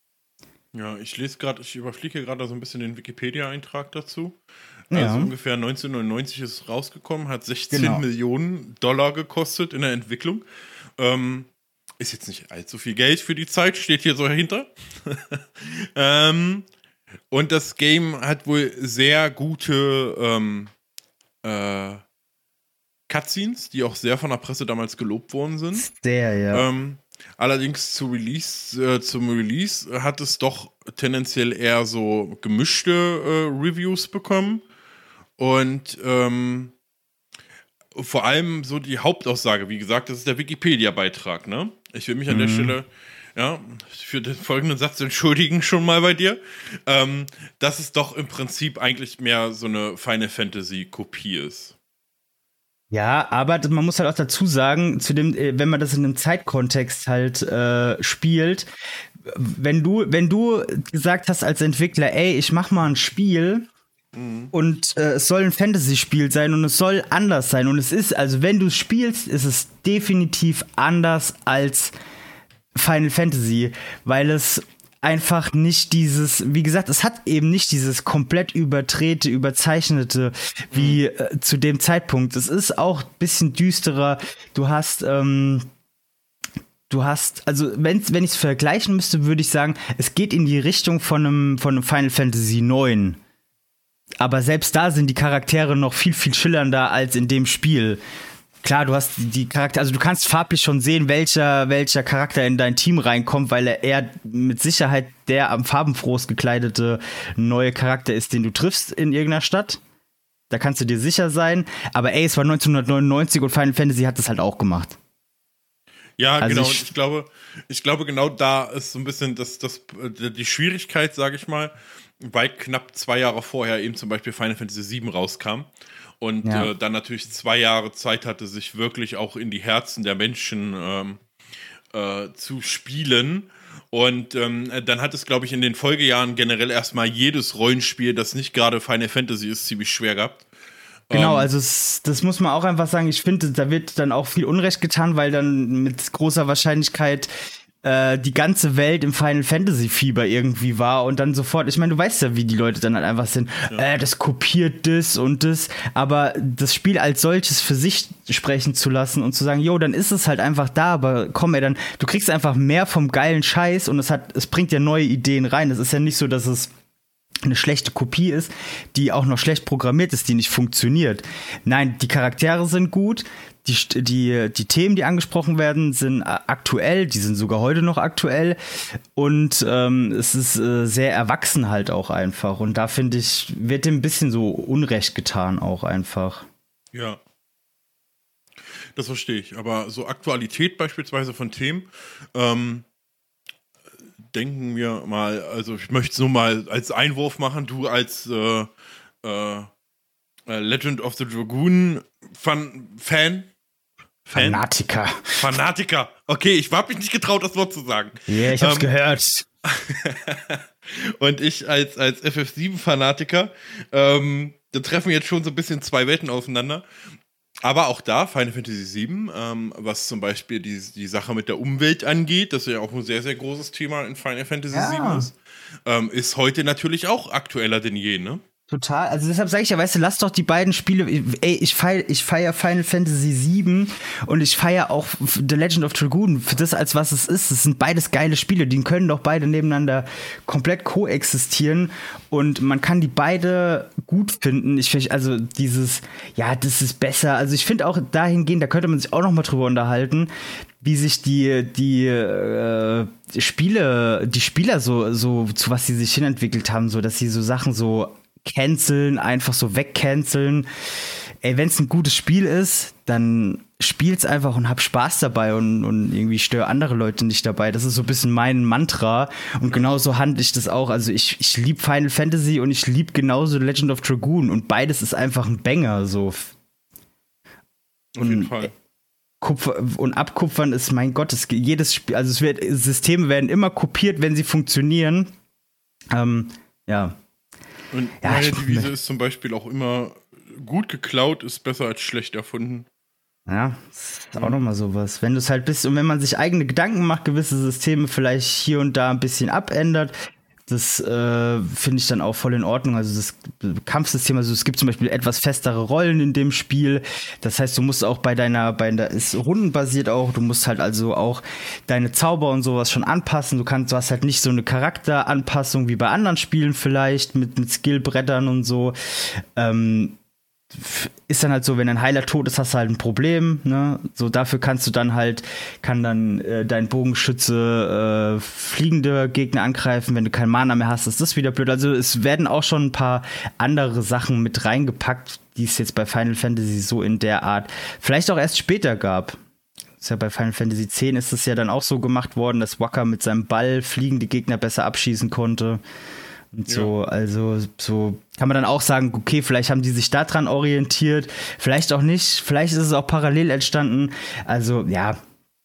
Speaker 1: Ja, ich lese gerade, ich überfliege gerade so ein bisschen den Wikipedia-Eintrag dazu. Also
Speaker 2: ja.
Speaker 1: ungefähr neunzehnhundertneunundneunzig ist es rausgekommen, hat sechzehn
Speaker 2: genau.
Speaker 1: Millionen Dollar gekostet in der Entwicklung. Ähm, ist jetzt nicht allzu viel Geld für die Zeit, steht hier so dahinter. ähm, und das Game hat wohl sehr gute ähm, äh, Cutscenes, die auch sehr von der Presse damals gelobt worden sind.
Speaker 2: Sehr, ja.
Speaker 1: Ähm, Allerdings zu Release, äh, zum Release hat es doch tendenziell eher so gemischte äh, Reviews bekommen. Und ähm, vor allem so die Hauptaussage, wie gesagt, das ist der Wikipedia-Beitrag, ne? Ich will mich an mhm. der Stelle ja, für den folgenden Satz entschuldigen schon mal bei dir, ähm, dass es doch im Prinzip eigentlich mehr so eine Final Fantasy-Kopie ist.
Speaker 2: Ja, aber man muss halt auch dazu sagen, zu dem, wenn man das in einem Zeitkontext halt äh, spielt, wenn du, wenn du gesagt hast als Entwickler, ey, ich mach mal ein Spiel mhm. und äh, es soll ein Fantasy-Spiel sein und es soll anders sein und es ist, also wenn du es spielst, ist es definitiv anders als Final Fantasy, weil es einfach nicht dieses, wie gesagt, es hat eben nicht dieses komplett überdrehte, überzeichnete wie mhm. äh, zu dem Zeitpunkt. Es ist auch ein bisschen düsterer. Du hast, ähm, du hast, also wenn, wenn ich es vergleichen müsste, würde ich sagen, es geht in die Richtung von einem, von einem Final Fantasy neun. Aber selbst da sind die Charaktere noch viel, viel schillernder als in dem Spiel. Klar, du hast die Charakter, also du kannst farblich schon sehen, welcher, welcher Charakter in dein Team reinkommt, weil er eher mit Sicherheit der am farbenfrohst gekleidete neue Charakter ist, den du triffst in irgendeiner Stadt. Da kannst du dir sicher sein. Aber ey, es war neunzehnhundertneunundneunzig und Final Fantasy hat das halt auch gemacht.
Speaker 1: Ja,
Speaker 2: also
Speaker 1: genau.
Speaker 2: Ich,
Speaker 1: ich glaube, ich glaube, genau da ist so ein bisschen das, das, die Schwierigkeit, sage ich mal, weil knapp zwei Jahre vorher eben zum Beispiel Final Fantasy sieben rauskam. Und ja. äh, dann natürlich zwei Jahre Zeit hatte, sich wirklich auch in die Herzen der Menschen ähm, äh, zu spielen. Und ähm, dann hat es, glaube ich, in den Folgejahren generell erstmal jedes Rollenspiel, das nicht gerade Final Fantasy ist, ziemlich schwer gehabt.
Speaker 2: Genau,
Speaker 1: ähm,
Speaker 2: also es, das muss man auch einfach sagen. Ich finde, da wird dann auch viel Unrecht getan, weil dann mit großer Wahrscheinlichkeit äh, die ganze Welt im Final Fantasy Fieber irgendwie war und dann sofort, ich meine, du weißt ja, wie die Leute dann halt einfach sind, ja. äh, das kopiert das und das, aber das Spiel als solches für sich sprechen zu lassen und zu sagen, jo, dann ist es halt einfach da, aber komm ey, dann, du kriegst einfach mehr vom geilen Scheiß und es hat, es bringt ja neue Ideen rein. Es ist ja nicht so, dass es eine schlechte Kopie ist, die auch noch schlecht programmiert ist, die nicht funktioniert. Nein, die Charaktere sind gut, die, die, die Themen, die angesprochen werden, sind aktuell, die sind sogar heute noch aktuell und ähm, es ist äh, sehr erwachsen halt auch einfach und da finde ich, wird dem ein bisschen so Unrecht getan auch einfach.
Speaker 1: Ja. Das verstehe ich, aber so Aktualität beispielsweise von Themen, ähm, denken wir mal, also ich möchte es nur mal als Einwurf machen, du als äh, äh, Legend of the Dragoon Fan, Fan?
Speaker 2: Fanatiker.
Speaker 1: Fanatiker. Okay, ich habe mich nicht getraut, das Wort zu sagen.
Speaker 2: Ja, yeah, ich hab's ähm, gehört.
Speaker 1: Und ich als, als F F sieben Fanatiker, ähm, da treffen jetzt schon so ein bisschen zwei Welten aufeinander. Aber auch da, Final Fantasy sieben, ähm, was zum Beispiel die, die Sache mit der Umwelt angeht, das ja auch ein sehr, sehr großes Thema in Final Fantasy ja. sieben ist, ähm, ist heute natürlich auch aktueller denn je, ne?
Speaker 2: Total, also deshalb sage ich ja, weißt du, lass doch die beiden Spiele, ey, ich feier, ich feier Final Fantasy sieben und ich feier auch The Legend of Dragoon für das, als was es ist. Es sind beides geile Spiele, die können doch beide nebeneinander komplett koexistieren und man kann die beide gut finden. Ich also dieses, ja, das ist besser, also ich finde auch dahingehend, da könnte man sich auch noch mal drüber unterhalten, wie sich die, die äh, Spiele, die Spieler so, so, zu was sie sich hinentwickelt haben, so, dass sie so Sachen so canceln, einfach so wegcanceln. Ey, wenn es ein gutes Spiel ist, dann spiel's einfach und hab Spaß dabei und, und irgendwie störe andere Leute nicht dabei. Das ist so ein bisschen mein Mantra und genauso handle ich das auch. Also ich, ich liebe Final Fantasy und ich liebe genauso Legend of Dragoon und beides ist einfach ein Banger, so.
Speaker 1: Auf jeden Fall.
Speaker 2: Kupfer und abkupfern ist, mein Gott, es, jedes Spiel, also es wird, Systeme werden immer kopiert, wenn sie funktionieren. Ähm, ja.
Speaker 1: Und
Speaker 2: ja,
Speaker 1: meine Devise ist zum Beispiel auch immer, gut geklaut ist besser als schlecht erfunden.
Speaker 2: Ja, das ist auch nochmal sowas. Wenn du es halt bist und wenn man sich eigene Gedanken macht, gewisse Systeme vielleicht hier und da ein bisschen abändert, das äh, finde ich dann auch voll in Ordnung. Also das Kampfsystem, also es gibt zum Beispiel etwas festere Rollen in dem Spiel. Das heißt, du musst auch bei deiner, bei der ist rundenbasiert auch, du musst halt also auch deine Zauber und sowas schon anpassen. Du kannst, du hast halt nicht so eine Charakteranpassung wie bei anderen Spielen vielleicht, mit, mit Skillbrettern und so. Ähm, ist dann halt so, wenn ein Heiler tot ist, hast du halt ein Problem, ne? So, dafür kannst du dann halt, kann dann äh, dein Bogenschütze äh, fliegende Gegner angreifen, wenn du keinen Mana mehr hast, ist das wieder blöd. Also es werden auch schon ein paar andere Sachen mit reingepackt, die es jetzt bei Final Fantasy so in der Art vielleicht auch erst später gab. Ist ja bei Final Fantasy X ist es ja dann auch so gemacht worden, dass Wakka mit seinem Ball fliegende Gegner besser abschießen konnte. Und so, ja. Also so kann man dann auch sagen, okay, vielleicht haben die sich daran orientiert, vielleicht auch nicht, vielleicht ist es auch parallel entstanden. Also, ja,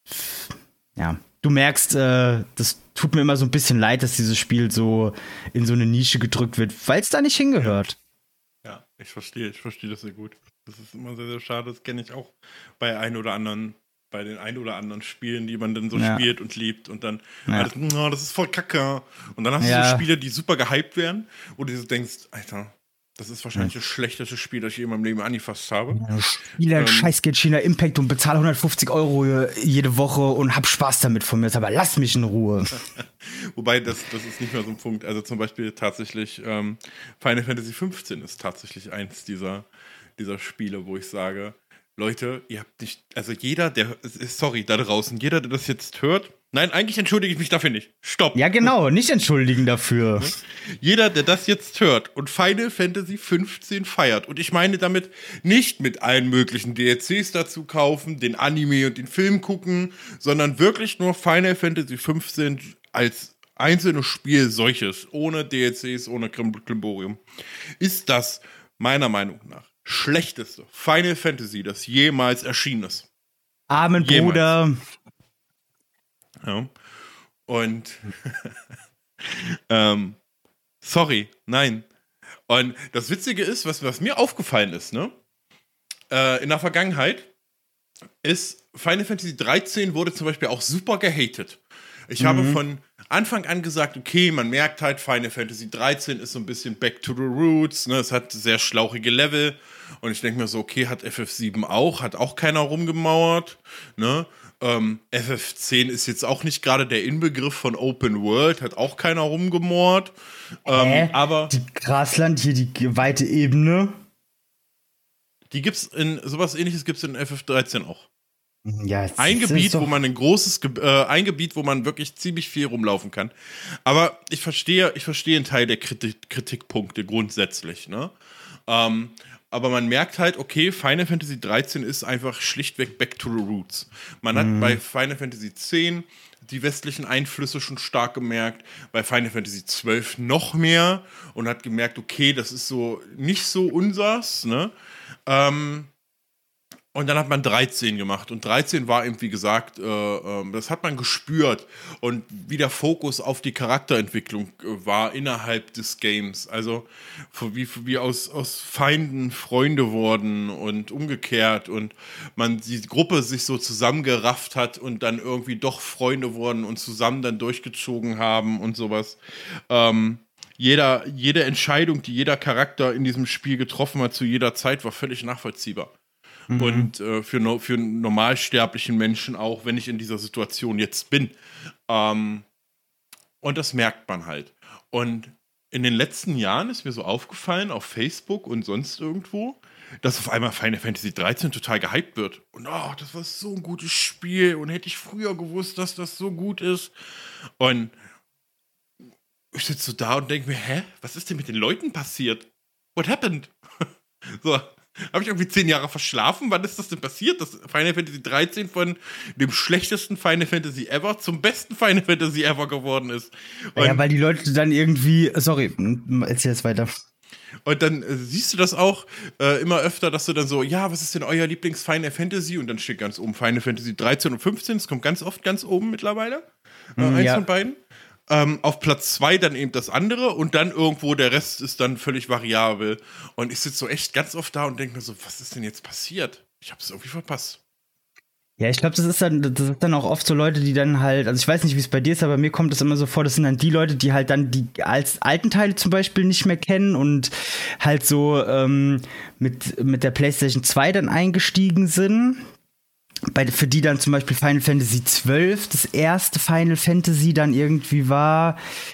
Speaker 2: ja, du merkst, äh, das tut mir immer so ein bisschen leid, dass dieses Spiel so in so eine Nische gedrückt wird, weil es da nicht hingehört.
Speaker 1: Ja. ja, ich verstehe, ich verstehe das sehr gut. Das ist immer sehr, sehr schade, das kenne ich auch bei ein oder anderen bei den ein oder anderen Spielen, die man dann so ja. spielt und liebt und dann ja. alles, oh, das ist voll kacke. Und dann hast ja. du so Spiele, die super gehypt werden, wo du denkst, Alter, das ist wahrscheinlich ja. das schlechteste Spiel, das ich je in meinem Leben angefasst habe.
Speaker 2: Ja, Spieler, ähm, scheiß Genshin Impact und bezahle hundertfünfzig Euro jede Woche und hab Spaß damit von mir, aber lass mich in Ruhe.
Speaker 1: Wobei, das, das ist nicht mehr so ein Punkt. Also zum Beispiel tatsächlich ähm, Final Fantasy fünfzehn ist tatsächlich eins dieser, dieser Spiele, wo ich sage, Leute, ihr habt nicht, also jeder, der, sorry, da draußen, jeder, der das jetzt hört, nein, eigentlich entschuldige ich mich dafür nicht. Stopp.
Speaker 2: Ja, genau, nicht entschuldigen dafür.
Speaker 1: Jeder, der das jetzt hört und Final Fantasy fünfzehn feiert, und ich meine damit nicht mit allen möglichen D L Cs dazu kaufen, den Anime und den Film gucken, sondern wirklich nur Final Fantasy fünfzehn als einzelnes Spiel solches, ohne D L Cs, ohne Klimborium, ist das meiner Meinung nach schlechteste Final Fantasy, das jemals erschienen ist.
Speaker 2: Amen, jemals. Bruder.
Speaker 1: Ja. Und ähm, sorry, nein. Und das Witzige ist, was, was mir aufgefallen ist, ne? Äh, in der Vergangenheit ist Final Fantasy dreizehn wurde zum Beispiel auch super gehatet. Ich mhm. habe von Anfang an gesagt, okay, man merkt halt, Final Fantasy dreizehn ist so ein bisschen back to the roots, ne? Es hat sehr schlauchige Level und ich denke mir so, okay, hat F F sieben auch, hat auch keiner rumgemauert, ne? Ähm, F F zehn ist jetzt auch nicht gerade der Inbegriff von Open World, hat auch keiner rumgemauert. Ähm, aber
Speaker 2: die Grasland, hier die weite Ebene.
Speaker 1: Die gibt's in, sowas ähnliches gibt's in F F dreizehn auch.
Speaker 2: Ja,
Speaker 1: ein Gebiet, wo man ein großes, äh, ein Gebiet, wo man wirklich ziemlich viel rumlaufen kann. Aber ich verstehe, ich verstehe einen Teil der Kritik, Kritikpunkte grundsätzlich, ne? Ähm, aber man merkt halt, okay, Final Fantasy dreizehn ist einfach schlichtweg back to the roots. Man hat mhm. bei Final Fantasy zehn die westlichen Einflüsse schon stark gemerkt, bei Final Fantasy zwölf noch mehr und hat gemerkt, okay, das ist so nicht so unsers, ne? Ähm, und dann hat man dreizehn gemacht und dreizehn war eben, wie gesagt, äh, äh, das hat man gespürt und wie der Fokus auf die Charakterentwicklung äh, war innerhalb des Games, also wie, wie aus, aus Feinden Freunde wurden und umgekehrt und man die Gruppe sich so zusammengerafft hat und dann irgendwie doch Freunde wurden und zusammen dann durchgezogen haben und sowas. Ähm, jeder, jede Entscheidung, die jeder Charakter in diesem Spiel getroffen hat zu jeder Zeit, war völlig nachvollziehbar. Mhm. Und äh, für, no, für einen normalsterblichen Menschen auch, wenn ich in dieser Situation jetzt bin. Ähm, und das merkt man halt. Und in den letzten Jahren ist mir so aufgefallen, auf Facebook und sonst irgendwo, dass auf einmal Final Fantasy dreizehn total gehypt wird. Und oh, das war so ein gutes Spiel und hätte ich früher gewusst, dass das so gut ist. Und ich sitze so da und denke mir, hä, was ist denn mit den Leuten passiert? What happened? So. Habe ich irgendwie zehn Jahre verschlafen? Wann ist das denn passiert, dass Final Fantasy dreizehn von dem schlechtesten Final Fantasy ever zum besten Final Fantasy ever geworden ist?
Speaker 2: Und ja, weil die Leute dann irgendwie, sorry, erzähl jetzt weiter.
Speaker 1: Und dann äh, siehst du das auch äh, immer öfter, dass du dann so, ja, was ist denn euer Lieblings-Final Fantasy? Und dann steht ganz oben Final Fantasy dreizehn und fünfzehn, das kommt ganz oft ganz oben mittlerweile, äh, eins
Speaker 2: ja.
Speaker 1: von beiden. Ähm, auf Platz zwei dann eben das andere und dann irgendwo der Rest ist dann völlig variabel. Und ich sitze so echt ganz oft da und denke mir so, was ist denn jetzt passiert? Ich habe es irgendwie verpasst.
Speaker 2: Ja, ich glaube, das ist dann, das ist dann auch oft so Leute, die dann halt, also ich weiß nicht, wie es bei dir ist, aber mir kommt das immer so vor, das sind dann die Leute, die halt dann die als alten Teile zum Beispiel nicht mehr kennen und halt so ähm, mit, mit der PlayStation zwei dann eingestiegen sind. Bei, für die dann zum Beispiel Final Fantasy zwölf das erste Final Fantasy dann irgendwie war.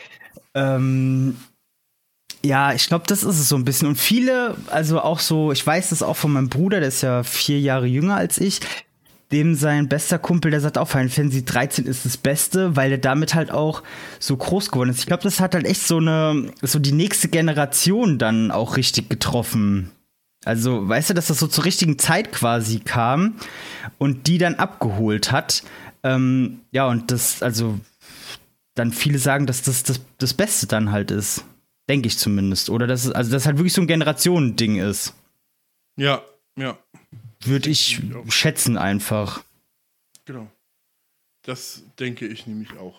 Speaker 2: Ähm, ja, ich glaube, das ist es so ein bisschen. Und viele, also auch so, ich weiß das auch von meinem Bruder, der ist ja vier Jahre jünger als ich, dem sein bester Kumpel, der sagt auch, Final Fantasy dreizehn ist das Beste, weil er damit halt auch so groß geworden ist. Ich glaube, das hat halt echt so eine, so die nächste Generation dann auch richtig getroffen. Also, weißt du, dass das so zur richtigen Zeit quasi kam und die dann abgeholt hat. Ähm, ja, und das, also, dann viele sagen, dass das, das das Beste dann halt ist. Denke ich zumindest. Oder dass es, also, das halt wirklich so ein Generationending ist.
Speaker 1: Ja, ja.
Speaker 2: Würde ich schätzen einfach.
Speaker 1: Genau. Das denke ich nämlich auch.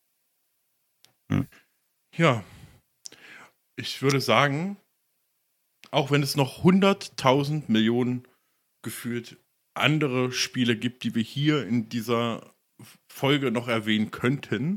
Speaker 2: Hm.
Speaker 1: Ja. Ich würde sagen, auch wenn es noch hunderttausend Millionen gefühlt andere Spiele gibt, die wir hier in dieser Folge noch erwähnen könnten,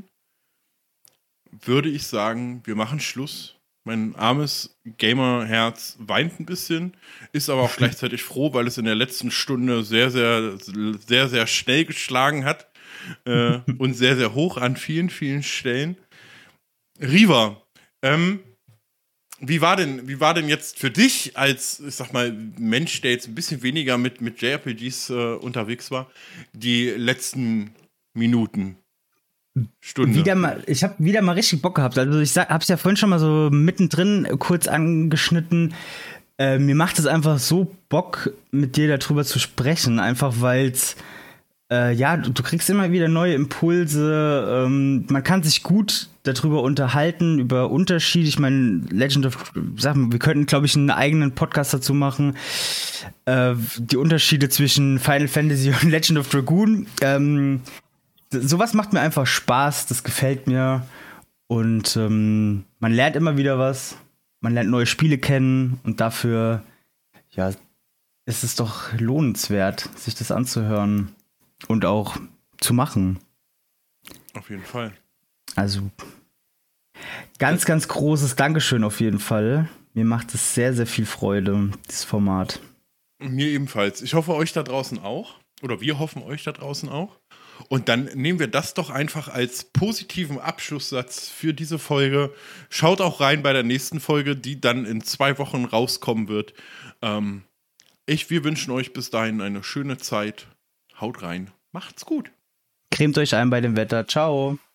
Speaker 1: würde ich sagen, wir machen Schluss. Mein armes Gamer-Herz weint ein bisschen, ist aber auch gleichzeitig froh, weil es in der letzten Stunde sehr, sehr, sehr, sehr schnell geschlagen hat äh, und sehr, sehr hoch an vielen, vielen Stellen. Riva, ähm, Wie war denn, wie war denn jetzt für dich als, ich sag mal, Mensch, der jetzt ein bisschen weniger mit, mit J R P Gs äh, unterwegs war, die letzten Minuten, Stunden?
Speaker 2: Wieder mal, ich habe wieder mal richtig Bock gehabt. Also ich sag, hab's ja vorhin schon mal so mittendrin kurz angeschnitten. Äh, mir macht es einfach so Bock, mit dir darüber zu sprechen, einfach weil's Äh, ja, du, du kriegst immer wieder neue Impulse. Ähm, man kann sich gut darüber unterhalten, über Unterschiede. Ich meine, Legend of, sag mal, wir könnten, glaube ich, einen eigenen Podcast dazu machen. Äh, die Unterschiede zwischen Final Fantasy und Legend of Dragoon. Ähm, sowas macht mir einfach Spaß, das gefällt mir. Und ähm, man lernt immer wieder was. Man lernt neue Spiele kennen. Und dafür, ja, ist es doch lohnenswert, sich das anzuhören. Und auch zu machen.
Speaker 1: Auf jeden Fall.
Speaker 2: Also ganz, ganz großes Dankeschön auf jeden Fall. Mir macht es sehr, sehr viel Freude, dieses Format.
Speaker 1: Mir ebenfalls. Ich hoffe, euch da draußen auch. Oder wir hoffen, euch da draußen auch. Und dann nehmen wir das doch einfach als positiven Abschlusssatz für diese Folge. Schaut auch rein bei der nächsten Folge, die dann in zwei Wochen rauskommen wird. Ähm, ich, wir wünschen euch bis dahin eine schöne Zeit. Haut rein. Macht's gut.
Speaker 2: Cremt euch ein bei dem Wetter. Ciao.